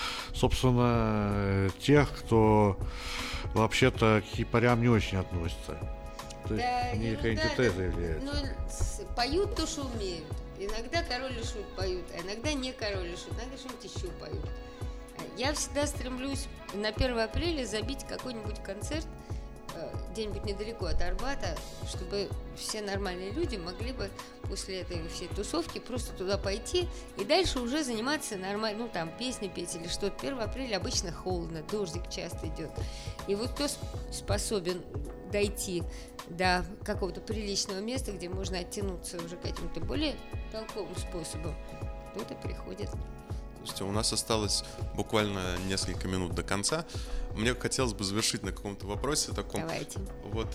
собственно, тех, кто вообще-то к хипарям не очень относится. То есть да, некая антитеза является. Ну, поют то, что умеют. Иногда Король и Шут поют, а иногда не Король и Шут, иногда что-нибудь еще поют. Я всегда стремлюсь на 1 апреля забить какой-нибудь концерт где-нибудь недалеко от Арбата, чтобы все нормальные люди могли бы после этой всей тусовки просто туда пойти и дальше уже заниматься нормально, ну там песни петь или что-то. 1 апреля обычно холодно, дождик часто идет. И вот кто способен дойти до какого-то приличного места, где можно оттянуться уже каким-то более толковым способом, кто-то приходит. Слушайте, у нас осталось буквально несколько минут до конца. Мне хотелось бы завершить на каком-то вопросе таком. Давайте. Вот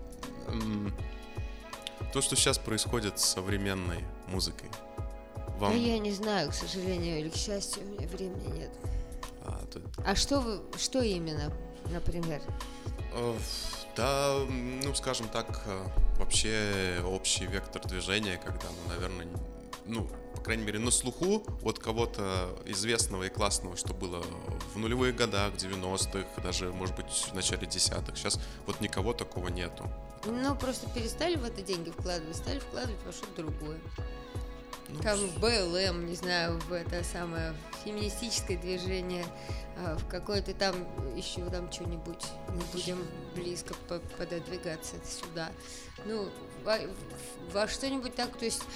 то, что сейчас происходит с современной музыкой. Вам... я не знаю, к сожалению, или к счастью, у меня времени нет. А что именно, например? Да, ну, скажем так, вообще общий вектор движения, когда, наверное, по крайней мере, на слуху от кого-то известного и классного, что было в нулевых годах, 90-х, даже, может быть, в начале 10-х. Сейчас вот никого такого нету. Ну, просто перестали в это деньги вкладывать, стали вкладывать во что-то другое. Там БЛМ, не знаю, в это самое феминистическое движение, в какое-то там еще там что-нибудь, не будем близко пододвигаться сюда. Ну, во что-нибудь так, то есть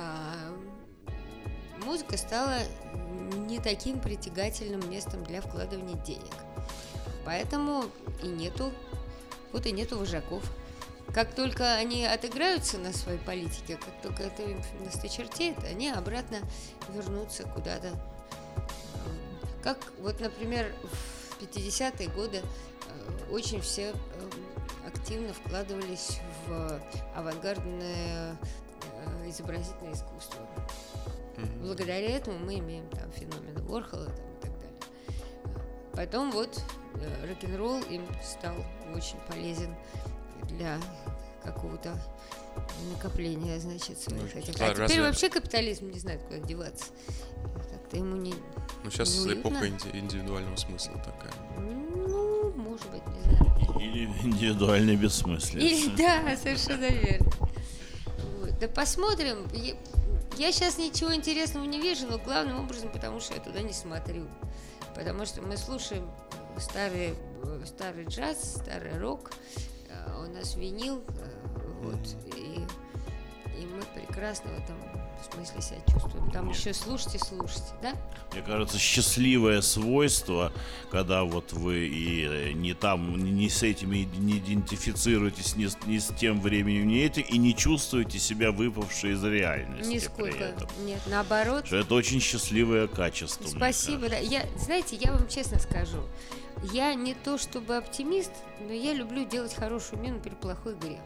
музыка стала не таким притягательным местом для вкладывания денег. Поэтому и нету вожаков. Как только они отыграются на своей политике, как только это им насточертеет, они обратно вернутся куда-то. Как вот, например, в 50-е годы очень все активно вкладывались в авангардное изобразительное искусство. Благодаря этому мы имеем там феномен Уорхола там, и так далее. Потом вот рок-н-ролл им стал очень полезен для какого-то накопления, значит, своих этих. А теперь вообще капитализм не знает, куда деваться. Как-то ему не Ну, сейчас неуютно. эпоха индивидуального смысла такая. Ну, может быть, не знаю. Или индивидуальной бессмыслицы. Да, совершенно верно. Вот. Да посмотрим. Я сейчас ничего интересного не вижу, но главным образом, потому что я туда не смотрю. Потому что мы слушаем старый джаз, старый рок, у нас винил, вот, и мы прекрасно в этом смысле себя чувствуем. Там еще слушайте, да? Мне кажется, счастливое свойство, когда вот вы и не с этими не идентифицируетесь, ни с тем временем, не этим, и не чувствуете себя выпавшей из реальности. Нисколько. При этом. Нет, наоборот. Что это очень счастливое качество. Спасибо. Да. Знаете, я вам честно скажу, я не то чтобы оптимист, но я люблю делать хорошую мину при плохой игре.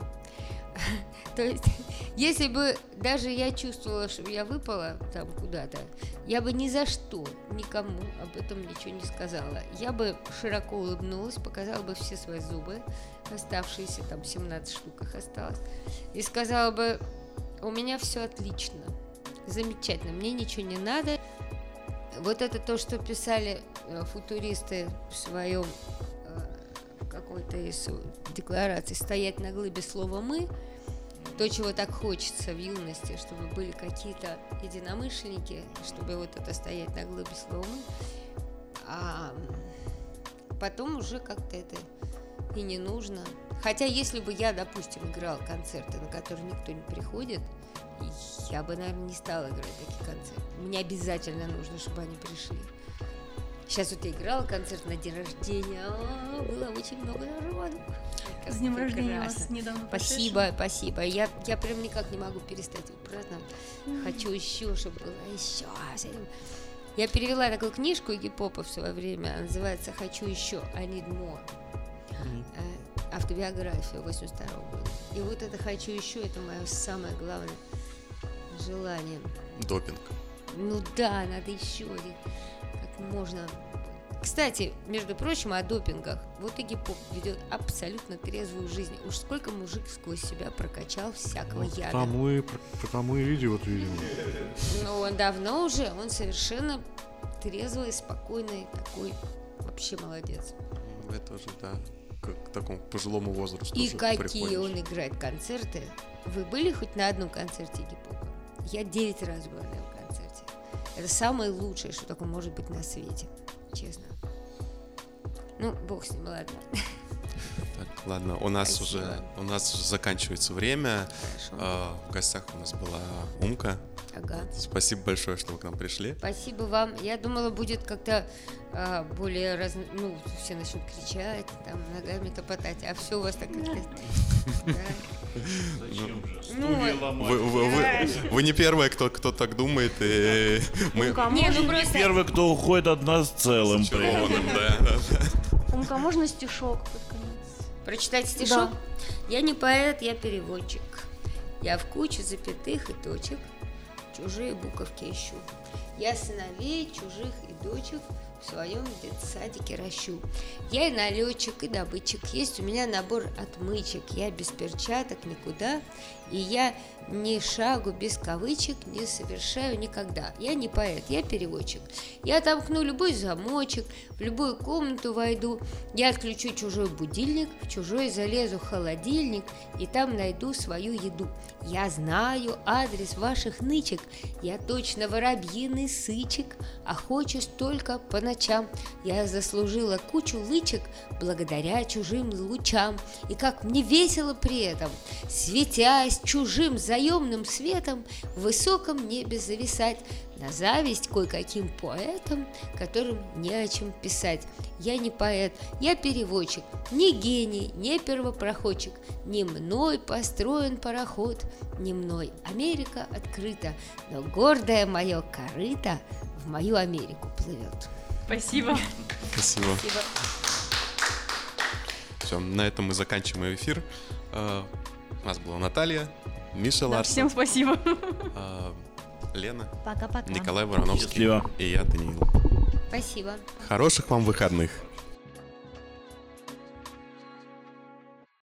То есть, если бы даже я чувствовала, что я выпала там куда-то, я бы ни за что никому об этом ничего не сказала. Я бы широко улыбнулась, показала бы все свои зубы, оставшиеся там 17 штук их осталось, и сказала бы: у меня все отлично, замечательно, мне ничего не надо. Вот это то, что писали футуристы в своем какой-то из деклараций, стоять на глыбе слова «мы», то, чего так хочется в юности, чтобы были какие-то единомышленники, чтобы вот это стоять на глыбе слова «мы», а потом уже как-то это и не нужно. Хотя если бы я, допустим, играла концерты, на которые никто не приходит, я бы, наверное, не стала играть такие концерты. Мне обязательно нужно, чтобы они пришли. Сейчас вот я играла концерт на день рождения, было очень много народу. С днем рождения вас недавно Спасибо. Я прям никак не могу перестать его праздновать. Хочу еще, чтобы было еще. Я перевела такую книжку Игги Попа в свое время, она называется «Хочу еще, I need more». Автобиография 82 года. И вот это «Хочу еще» — это мое самое главное желание. Допинг. Ну да, надо еще как можно. Кстати, между прочим, о допингах. Вот Игги Поп ведет абсолютно трезвую жизнь. Уж сколько мужик сквозь себя прокачал всякого яда. Потому и видео вот видимо. Ну, он давно уже, он совершенно трезвый, спокойный, такой вообще молодец. Это уже, да, к такому пожилому возрасту. И уже какие приходишь. он играет концерты. Вы были хоть на одном концерте Игги Попа? Я 9 раз была на его концерте. Это самое лучшее, что такое может быть на свете. Честно. Ну, бог с ним, ладно. Так, ладно, у нас Спасибо. уже заканчивается время. Хорошо. В гостях у нас была Умка. Ага. Спасибо большое, что вы к нам пришли. Спасибо вам. Я думала, будет как-то более ну, все начнут кричать, там, ногами топотать, а все у вас так как-то... Зачем же? Ну, Стулья ломать. Вы не первые, кто так думает. И мы Не, ну просто... Первый, кто уходит от нас целым. при этом. зачарованным, да. Умка, можно стишок под конец? Прочитать стишок? Я не поэт, я переводчик. Я в куче запятых и точек чужие буковки ищу. Я сыновей чужих и дочек в своем детсадике ращу. Я и налетчик, и добытчик. Есть у меня набор отмычек. Я без перчаток никуда. И я ни шагу без кавычек не совершаю никогда. Я не поэт, я переводчик. Я отомкну любой замочек, в любую комнату войду. Я отключу чужой будильник, в чужой залезу холодильник, и там найду свою еду. Я знаю адрес ваших нычек. Я точно воробьиный сычек, охочусь только по ночам. Я заслужила кучу лычек благодаря чужим лучам. И как мне весело при этом, светясь чужим заемным светом, в высоком небе зависать, на зависть кое-каким поэтам, которым не о чем писать. Я не поэт, я переводчик, не гений, не первопроходчик, не мной построен пароход, не мной Америка открыта, но гордое мое корыто в мою Америку плывет. Спасибо. Спасибо. Спасибо. Все, на этом мы заканчиваем эфир. У нас была Наталья, Миша Да, Ларсон, всем спасибо. Лена, Пока-пока. Николай Вороновский Счастливо. и я, Даниил. Спасибо. Хороших вам выходных.